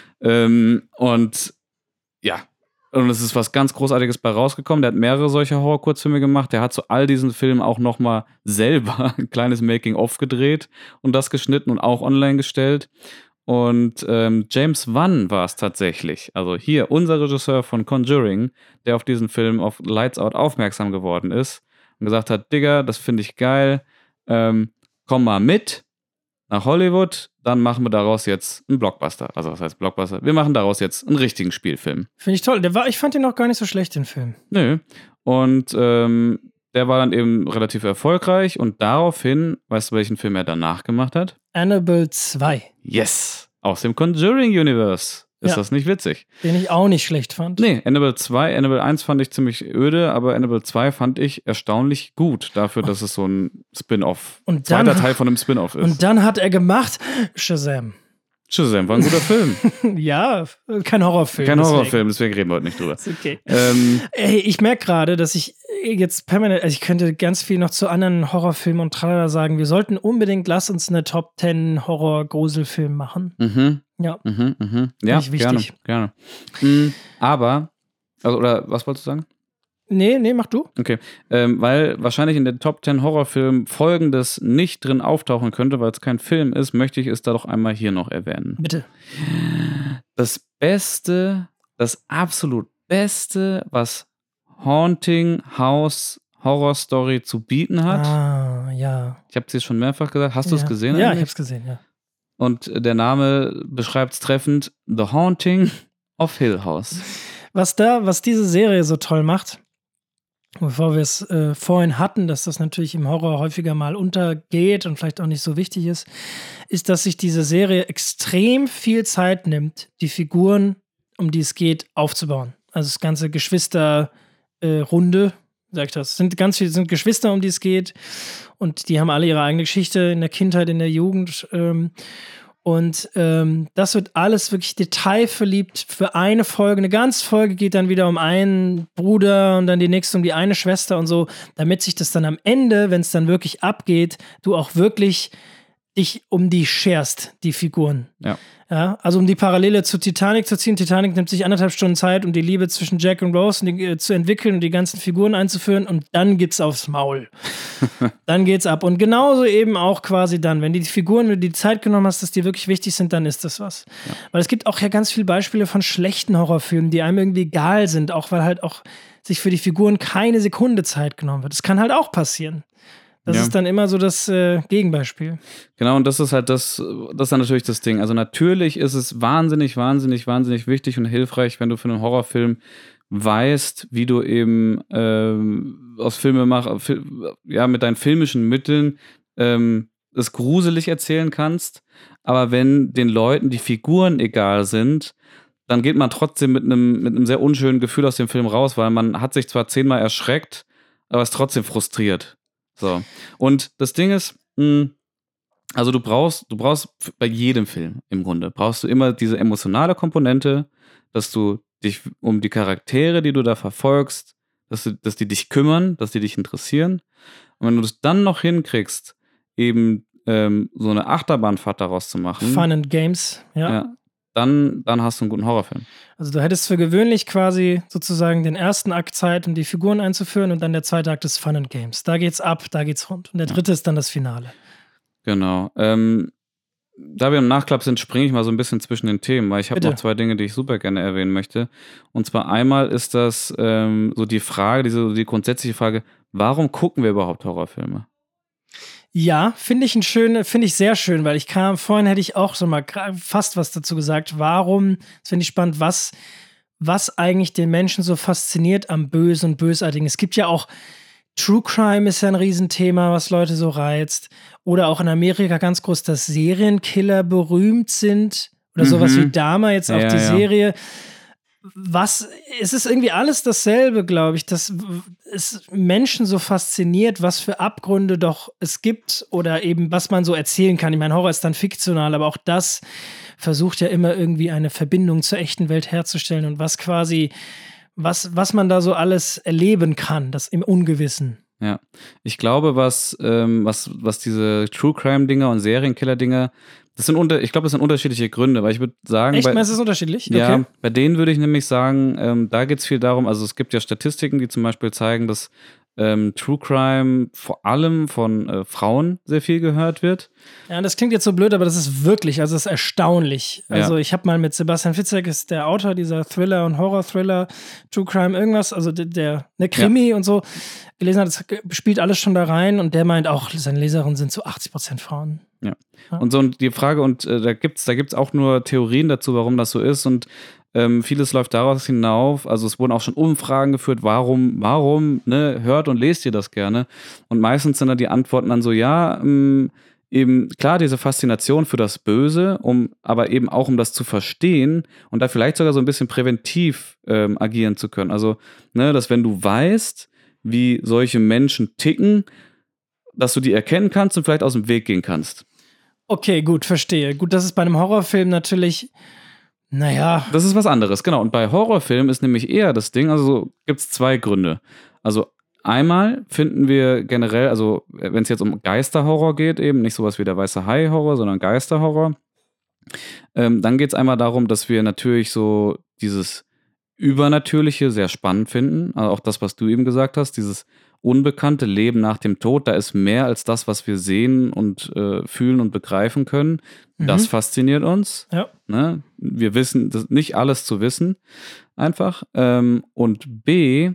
und ja, und es ist was ganz Großartiges bei rausgekommen. Der hat mehrere solche Horror-Kurzfilme gemacht. Der hat zu all diesen Filmen auch nochmal selber ein kleines Making-of gedreht und das geschnitten und auch online gestellt. Und James Wan war es tatsächlich, also hier unser Regisseur von Conjuring, der auf diesen Film auf Lights Out aufmerksam geworden ist und gesagt hat, Digga, das finde ich geil, komm mal mit nach Hollywood, dann machen wir daraus jetzt einen Blockbuster. Also was heißt Blockbuster? Wir machen daraus jetzt einen richtigen Spielfilm. Finde ich toll. Ich fand den auch gar nicht so schlecht, den Film. Nö. Und der war dann eben relativ erfolgreich und daraufhin, weißt du, welchen Film er danach gemacht hat? Annabelle 2. Yes! Aus dem Conjuring-Universe. Ist das nicht witzig? Den ich auch nicht schlecht fand. Nee, Annabelle 2, Annabelle 1 fand ich ziemlich öde, aber Annabelle 2 fand ich erstaunlich gut, dafür, dass es so ein Spin-off, zweiter Teil von einem Spin-off ist. Und dann hat er gemacht Shazam. Shazam war ein guter Film. Ja, kein Horrorfilm. Deswegen reden wir heute nicht drüber. Ist okay. Ey, ich merke gerade, dass ich jetzt permanent, also ich könnte ganz viel noch zu anderen Horrorfilmen und tralala sagen. Wir sollten unbedingt, lass uns eine Top 10 Horror-Gruselfilm machen. Ja. Ja, wichtig. gerne. Aber, also, oder was wolltest du sagen? Nee, mach du. Okay, weil wahrscheinlich in den Top 10 Horrorfilmen Folgendes nicht drin auftauchen könnte, weil es kein Film ist, möchte ich es da doch einmal hier noch erwähnen. Bitte. Das absolut Beste, was Haunting House Horror Story zu bieten hat. Ja. Ich habe es dir schon mehrfach gesagt. Hast du es gesehen? Ja, ich habe es gesehen, ja. Und der Name beschreibt es treffend: The Haunting of Hill House. Was diese Serie so toll macht, bevor wir es vorhin hatten, dass das natürlich im Horror häufiger mal untergeht und vielleicht auch nicht so wichtig ist, dass sich diese Serie extrem viel Zeit nimmt, die Figuren, um die es geht, aufzubauen. Also das ganze Geschwisterrunde, sag ich das, sind Geschwister, um die es geht und die haben alle ihre eigene Geschichte in der Kindheit, in der Jugend und das wird alles wirklich detailverliebt für eine Folge. Eine ganze Folge geht dann wieder um einen Bruder und dann die nächste um die eine Schwester und so, damit sich das dann am Ende, wenn es dann wirklich abgeht, du auch wirklich dich um die scherst, die Figuren. Ja, also um die Parallele zu Titanic zu ziehen. Titanic nimmt sich 1,5 Stunden Zeit, um die Liebe zwischen Jack und Rose zu entwickeln und die ganzen Figuren einzuführen und dann geht's aufs Maul. Dann geht's ab. Und genauso eben auch quasi dann, wenn die Figuren, wenn du die Zeit genommen hast, dass die wirklich wichtig sind, dann ist das was. Ja. Weil es gibt auch ja ganz viele Beispiele von schlechten Horrorfilmen, die einem irgendwie egal sind, auch weil halt auch sich für die Figuren keine Sekunde Zeit genommen wird. Das kann halt auch passieren. Das ist dann immer so das Gegenbeispiel. Genau, und das ist halt das ist dann natürlich das Ding. Also natürlich ist es wahnsinnig, wahnsinnig, wahnsinnig wichtig und hilfreich, wenn du für einen Horrorfilm weißt, wie du eben aus mit deinen filmischen Mitteln es gruselig erzählen kannst, aber wenn den Leuten die Figuren egal sind, dann geht man trotzdem mit einem sehr unschönen Gefühl aus dem Film raus, weil man hat sich zwar 10-mal erschreckt, aber ist trotzdem frustriert. So. Und das Ding ist, also du brauchst bei jedem Film im Grunde, brauchst du immer diese emotionale Komponente, dass du dich um die Charaktere, die du da verfolgst, dass die dich kümmern, dass die dich interessieren. Und wenn du das dann noch hinkriegst, eben so eine Achterbahnfahrt daraus zu machen. Fun and Games, ja. Dann hast du einen guten Horrorfilm. Also du hättest für gewöhnlich quasi sozusagen den ersten Akt Zeit, um die Figuren einzuführen, und dann der zweite Akt ist Fun and Games. Da geht's ab, da geht's rund. Und der dritte ist dann das Finale. Genau. Da wir im Nachklapp sind, springe ich mal so ein bisschen zwischen den Themen, weil ich habe noch 2 Dinge, die ich super gerne erwähnen möchte. Und zwar einmal ist das so die Frage, die grundsätzliche Frage, warum gucken wir überhaupt Horrorfilme? Ja, finde ich sehr schön, weil vorhin hätte ich auch so mal fast was dazu gesagt. Warum, das finde ich spannend, was eigentlich den Menschen so fasziniert am Bösen und Bösartigen. Es gibt ja auch True Crime ist ja ein Riesenthema, was Leute so reizt. Oder auch in Amerika ganz groß, dass Serienkiller berühmt sind. Oder sowas wie Dahmer, jetzt auch die Serie. Es ist irgendwie alles dasselbe, glaube ich, dass es Menschen so fasziniert, was für Abgründe doch es gibt oder eben was man so erzählen kann. Ich meine, Horror ist dann fiktional, aber auch das versucht ja immer irgendwie eine Verbindung zur echten Welt herzustellen und was man da so alles erleben kann, das im Ungewissen. Ja, ich glaube, was diese True-Crime-Dinger und Serienkiller-Dinger, ich glaube, das sind unterschiedliche Gründe, weil ich würde sagen... Echt? Meinst du, das ist unterschiedlich? Ja, okay. Bei denen würde ich nämlich sagen, da geht es viel darum, also es gibt ja Statistiken, die zum Beispiel zeigen, dass True Crime vor allem von Frauen sehr viel gehört wird. Ja, das klingt jetzt so blöd, aber das ist wirklich, also das ist erstaunlich. Also ich habe mal mit Sebastian Fitzek, ist der Autor dieser Thriller- und Horror-Thriller, True Crime irgendwas, also der Krimi und so, gelesen hat, das spielt alles schon da rein und der meint auch, seine Leserinnen sind zu 80% Frauen. Ja. Und so die Frage, und da gibt's auch nur Theorien dazu, warum das so ist, und vieles läuft daraus hinauf, also es wurden auch schon Umfragen geführt, warum, ne, hört und lest ihr das gerne? Und meistens sind dann die Antworten dann so, eben klar, diese Faszination für das Böse, aber eben auch um das zu verstehen und da vielleicht sogar so ein bisschen präventiv agieren zu können. Also, ne, dass wenn du weißt, wie solche Menschen ticken, dass du die erkennen kannst und vielleicht aus dem Weg gehen kannst. Okay, gut, verstehe. Gut, das ist bei einem Horrorfilm natürlich... Naja. Das ist was anderes, genau. Und bei Horrorfilmen ist nämlich eher das Ding, also gibt es 2 Gründe. Also einmal finden wir generell, also wenn es jetzt um Geisterhorror geht, eben nicht sowas wie der weiße Hai-Horror, sondern Geisterhorror, dann geht es einmal darum, dass wir natürlich so dieses Übernatürliche sehr spannend finden. Also auch das, was du eben gesagt hast, dieses unbekannte Leben nach dem Tod, da ist mehr als das, was wir sehen und fühlen und begreifen können. Das fasziniert uns. Ja. Ne? Wir wissen, nicht alles zu wissen, einfach. Und B,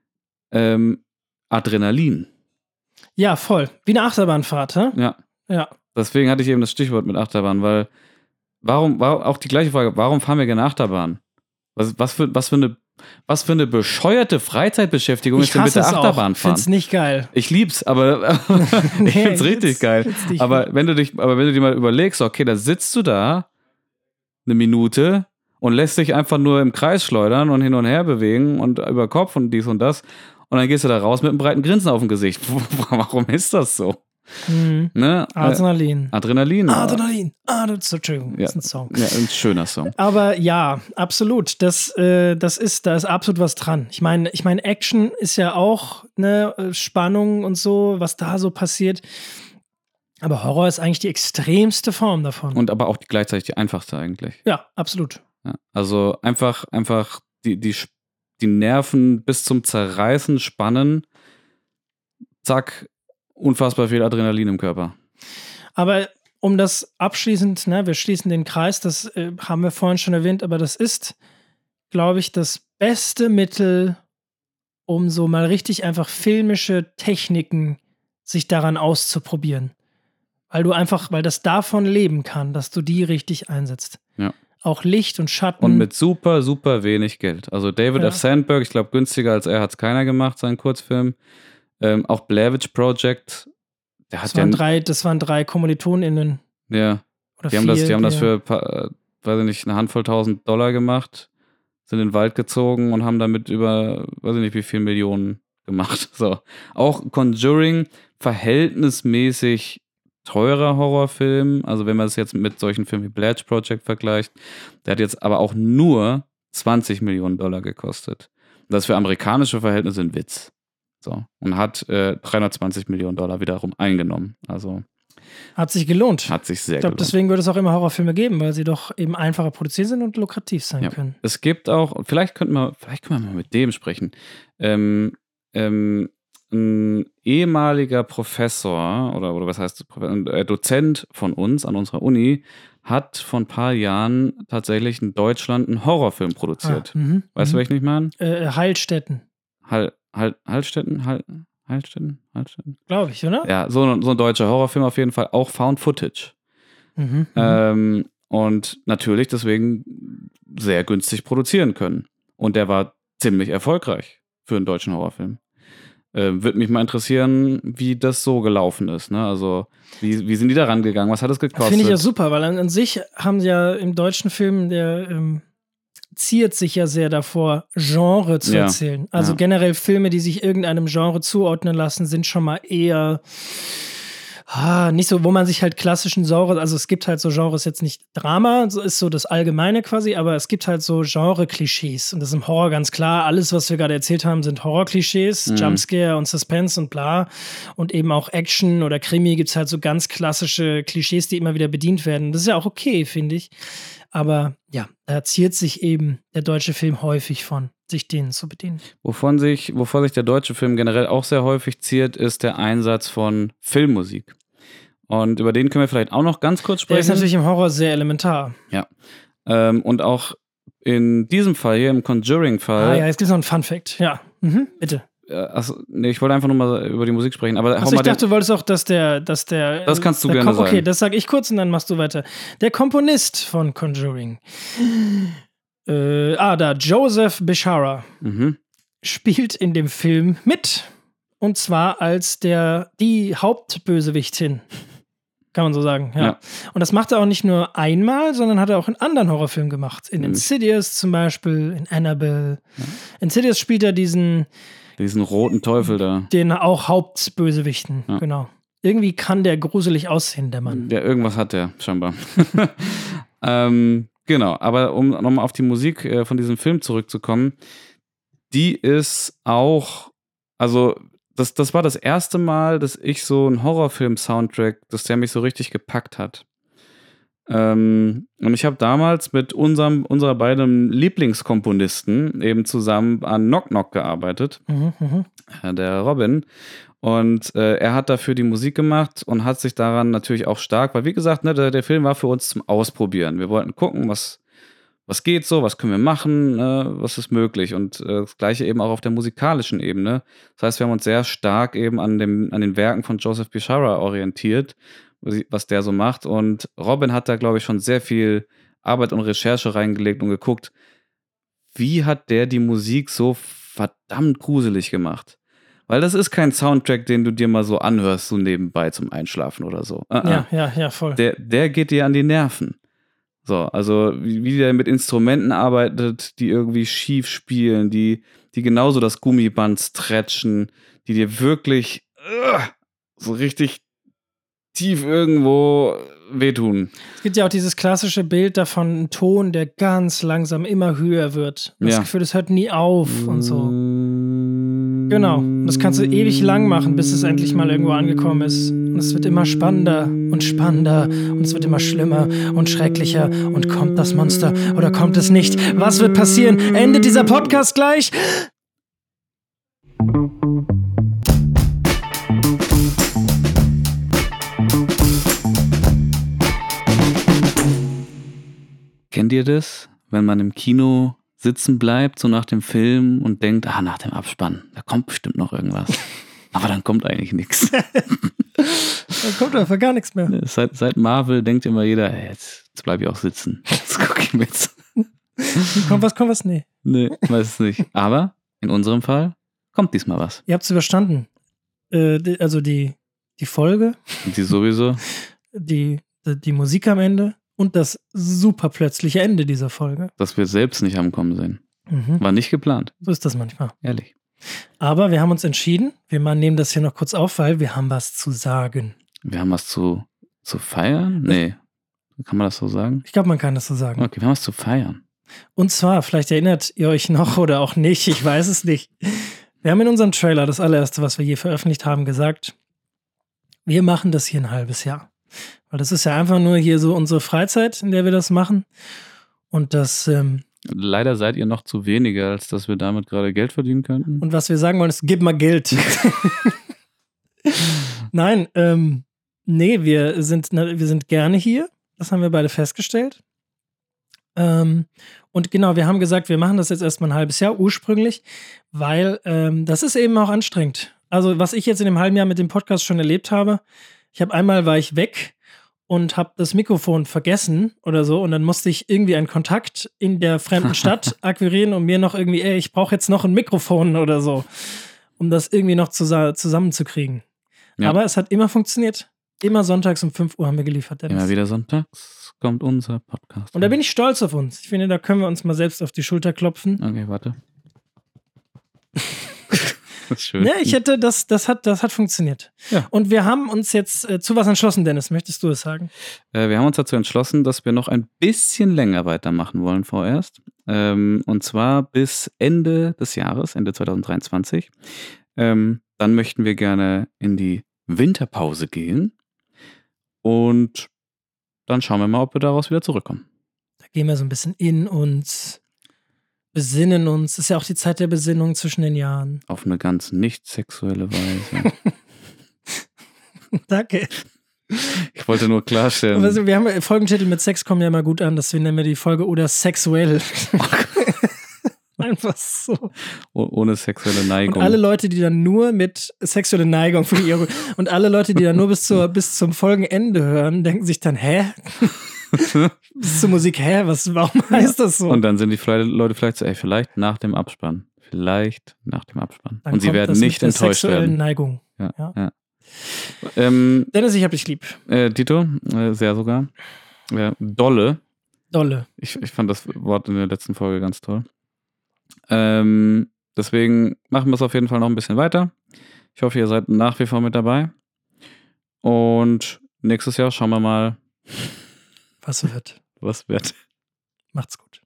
Adrenalin. Ja, voll. Wie eine Achterbahnfahrt, hä? Ja. Deswegen hatte ich eben das Stichwort mit Achterbahn, weil auch die gleiche Frage, warum fahren wir gerne Achterbahn? Was für eine bescheuerte Freizeitbeschäftigung ist denn mit der Achterbahn fahren? Ich find's nicht geil. Ich lieb's, aber ich find's richtig geil. Aber wenn du dir mal überlegst, okay, da sitzt du da eine Minute und lässt dich einfach nur im Kreis schleudern und hin und her bewegen und über Kopf und dies und das und dann gehst du da raus mit einem breiten Grinsen auf dem Gesicht. Warum ist das so? Ne? Adrenalin. That's Entschuldigung, das ist ein Song. Ja, ein schöner Song. Aber ja, absolut. Da ist absolut was dran. Ich meine, Action ist ja auch eine Spannung und so, was da so passiert. Aber Horror ist eigentlich die extremste Form davon. Und aber auch gleichzeitig die einfachste eigentlich. Ja, absolut. Ja, also einfach die Nerven bis zum Zerreißen spannen. Zack. Unfassbar viel Adrenalin im Körper. Aber um das abschließend, wir schließen den Kreis, das haben wir vorhin schon erwähnt, aber das ist, glaube ich, das beste Mittel, um so mal richtig einfach filmische Techniken sich daran auszuprobieren. Weil das davon leben kann, dass du die richtig einsetzt. Ja. Auch Licht und Schatten. Und mit super, super wenig Geld. Also David F. Sandberg, ich glaube, günstiger als er hat es keiner gemacht, seinen Kurzfilm. Auch Blair Witch Project, der hat Das waren 3 KommilitonInnen. Ja. Oder Die haben das für, weiß ich nicht, eine Handvoll $1.000 gemacht, sind in den Wald gezogen und haben damit über, weiß ich nicht, wie viel Millionen gemacht. So. Auch Conjuring, verhältnismäßig teurer Horrorfilm. Also wenn man es jetzt mit solchen Filmen wie Blair Project vergleicht, der hat jetzt aber auch nur $20 Millionen gekostet. Das für amerikanische Verhältnisse ein Witz. So. Und hat $320 Millionen wiederum eingenommen. Also hat sich gelohnt. Hat sich sehr Ich glaube, gelohnt. deswegen würde es auch immer Horrorfilme geben, weil sie doch eben einfacher produziert sind und lukrativ sein können. Es gibt auch, vielleicht können wir mal mit dem sprechen. Ein ehemaliger Professor oder was heißt Dozent von uns an unserer Uni hat vor ein paar Jahren tatsächlich in Deutschland einen Horrorfilm produziert. Weißt du, welchen ich meine? Heilstätten. Heilstätten? Glaube ich, oder? Ja, so ein deutscher Horrorfilm auf jeden Fall, auch Found Footage. Und natürlich deswegen sehr günstig produzieren können. Und der war ziemlich erfolgreich für einen deutschen Horrorfilm. Würde mich mal interessieren, wie das so gelaufen ist. Ne? Also, wie sind die da rangegangen? Was hat es gekostet? Finde ich ja super, weil an sich haben sie ja im deutschen Film, der ziert sich ja sehr davor, Genre zu erzählen. Also generell Filme, die sich irgendeinem Genre zuordnen lassen, sind schon mal eher nicht so, wo man sich halt klassischen Genres, also es gibt halt so Genres, jetzt nicht Drama, so ist so das Allgemeine quasi, aber es gibt halt so Genre-Klischees und das ist im Horror ganz klar. Alles, was wir gerade erzählt haben, sind Horror-Klischees, Jumpscare und Suspense und bla. Und eben auch Action oder Krimi gibt es halt so ganz klassische Klischees, die immer wieder bedient werden. Das ist ja auch okay, finde ich. Aber ja, da ziert sich eben der deutsche Film häufig von, sich denen zu bedienen. Wovor sich der deutsche Film generell auch sehr häufig ziert, ist der Einsatz von Filmmusik. Und über den können wir vielleicht auch noch ganz kurz sprechen. Der ist natürlich im Horror sehr elementar. Ja. Und auch in diesem Fall hier, im Conjuring-Fall. Ja, jetzt gibt es noch einen Fun-Fact. Ja, bitte. Achso, nee, ich wollte einfach nur mal über die Musik sprechen. Aber ich dachte, du wolltest auch, dass der. Das kannst du gerne sagen. Okay, das sage ich kurz und dann machst du weiter. Der Komponist von Conjuring. Joseph Bishara spielt in dem Film mit. Und zwar als die Hauptbösewichtin. Kann man so sagen, ja. Und das macht er auch nicht nur einmal, sondern hat er auch in anderen Horrorfilmen gemacht. In Insidious zum Beispiel, in Annabelle. Ja. Insidious spielt er diesen roten Teufel da. Den auch Hauptbösewichten, genau. Irgendwie kann der gruselig aussehen, der Mann. Ja, irgendwas hat der, scheinbar. Genau, aber um nochmal auf die Musik von diesem Film zurückzukommen, die ist auch, also das war das erste Mal, dass ich so einen Horrorfilm-Soundtrack, dass der mich so richtig gepackt hat. Und ich habe damals mit unserer beiden Lieblingskomponisten eben zusammen an Knock Knock gearbeitet, der Robin. Und er hat dafür die Musik gemacht und hat sich daran natürlich auch stark, weil wie gesagt, ne, der Film war für uns zum Ausprobieren. Wir wollten gucken, was geht so, was können wir machen, was ist möglich. Und das Gleiche eben auch auf der musikalischen Ebene. Das heißt, wir haben uns sehr stark eben an den Werken von Joseph Bishara orientiert, was der so macht. Und Robin hat da, glaube ich, schon sehr viel Arbeit und Recherche reingelegt und geguckt, wie hat der die Musik so verdammt gruselig gemacht. Weil das ist kein Soundtrack, den du dir mal so anhörst, so nebenbei zum Einschlafen oder so. Ja, voll. Der geht dir an die Nerven. So, also wie der mit Instrumenten arbeitet, die irgendwie schief spielen, die genauso das Gummiband stretchen, die dir wirklich so richtig tief irgendwo wehtun. Es gibt ja auch dieses klassische Bild davon, ein Ton, der ganz langsam immer höher wird. Das Gefühl, es hört nie auf und so. Genau. Das kannst du ewig lang machen, bis es endlich mal irgendwo angekommen ist. Und es wird immer spannender und spannender und es wird immer schlimmer und schrecklicher. Und kommt das Monster oder kommt es nicht? Was wird passieren? Endet dieser Podcast gleich? Kennt ihr das, wenn man im Kino sitzen bleibt, so nach dem Film und denkt, nach dem Abspann, da kommt bestimmt noch irgendwas. Aber dann kommt eigentlich nichts. Dann kommt einfach gar nichts mehr. Seit Marvel denkt immer jeder, jetzt bleibe ich auch sitzen. Jetzt gucke ich mir jetzt. Kommt was? Nee. Nee, weiß es nicht. Aber in unserem Fall kommt diesmal was. Ihr habt es überstanden. Also die die Folge, Die sowieso. die Musik am Ende und das super plötzliche Ende dieser Folge. Dass wir selbst nicht haben kommen sehen. War nicht geplant, So ist das manchmal. ehrlich. Aber wir haben uns entschieden, wir nehmen das hier noch kurz auf, weil wir haben was zu sagen. Wir haben was zu feiern? Nee. Kann man das so sagen? Ich glaube, man kann das so sagen. Okay, wir haben was zu feiern. Und zwar, vielleicht erinnert ihr euch noch oder auch nicht, ich weiß es nicht. Wir haben in unserem Trailer, das allererste, was wir je veröffentlicht haben, gesagt, wir machen das hier ein halbes Jahr. Weil das ist ja einfach nur hier so unsere Freizeit, in der wir das machen. Und das, Leider seid ihr noch zu wenige, als dass wir damit gerade Geld verdienen könnten. und was wir sagen wollen, ist, gib mal Geld. Nein, nee, wir sind gerne hier. Das haben wir beide festgestellt. Und genau, wir haben gesagt, wir machen das jetzt erstmal ein halbes Jahr ursprünglich, weil das ist eben auch anstrengend. Also was ich jetzt in dem halben Jahr mit dem Podcast schon erlebt habe, war ich weg und habe das Mikrofon vergessen oder so und dann musste ich irgendwie einen Kontakt in der fremden Stadt akquirieren und mir noch irgendwie, ich brauche jetzt noch ein Mikrofon oder so, um das irgendwie noch zusammenzukriegen. Ja. Aber es hat immer funktioniert. Immer sonntags um 5 Uhr haben wir geliefert, Dennis. Immer wieder sonntags kommt unser Podcast. Und da bin ich stolz auf uns. Ich finde, da können wir uns mal selbst auf die Schulter klopfen. Okay, warte. Das ist schön. Ne, das hat funktioniert. Ja. Und wir haben uns jetzt zu was entschlossen, Dennis. Möchtest du es sagen? Wir haben uns dazu entschlossen, dass wir noch ein bisschen länger weitermachen wollen vorerst. Und zwar bis Ende des Jahres, Ende 2023. Dann möchten wir gerne in die Winterpause gehen. Und dann schauen wir mal, ob wir daraus wieder zurückkommen. Da gehen wir so ein bisschen in uns, besinnen uns. Das ist ja auch die Zeit der Besinnung zwischen den Jahren. Auf eine ganz nicht sexuelle Weise. Danke. Ich wollte nur klarstellen. Also wir haben Folgentitel mit Sex kommen ja immer gut an, deswegen nennen wir die Folge oder sexuell. Einfach so. Ohne sexuelle Neigung. Und alle Leute, die dann nur mit sexueller Neigung und alle Leute, die dann nur bis zum Folgenende hören, denken sich dann, hä? Bis zur Musik, warum heißt das so? Und dann sind die Leute vielleicht so, vielleicht nach dem Abspann. Vielleicht nach dem Abspann. Dann und sie kommt werden das nicht mit der enttäuscht sexuellen werden. Neigung. Ja. Dennis, ich hab dich lieb. Tito, sehr sogar. Ja, dolle. Dolle. Ich fand das Wort in der letzten Folge ganz toll. Deswegen machen wir es auf jeden Fall noch ein bisschen weiter. Ich hoffe, ihr seid nach wie vor mit dabei. Und nächstes Jahr schauen wir mal, Was wird? was wird. Macht's gut.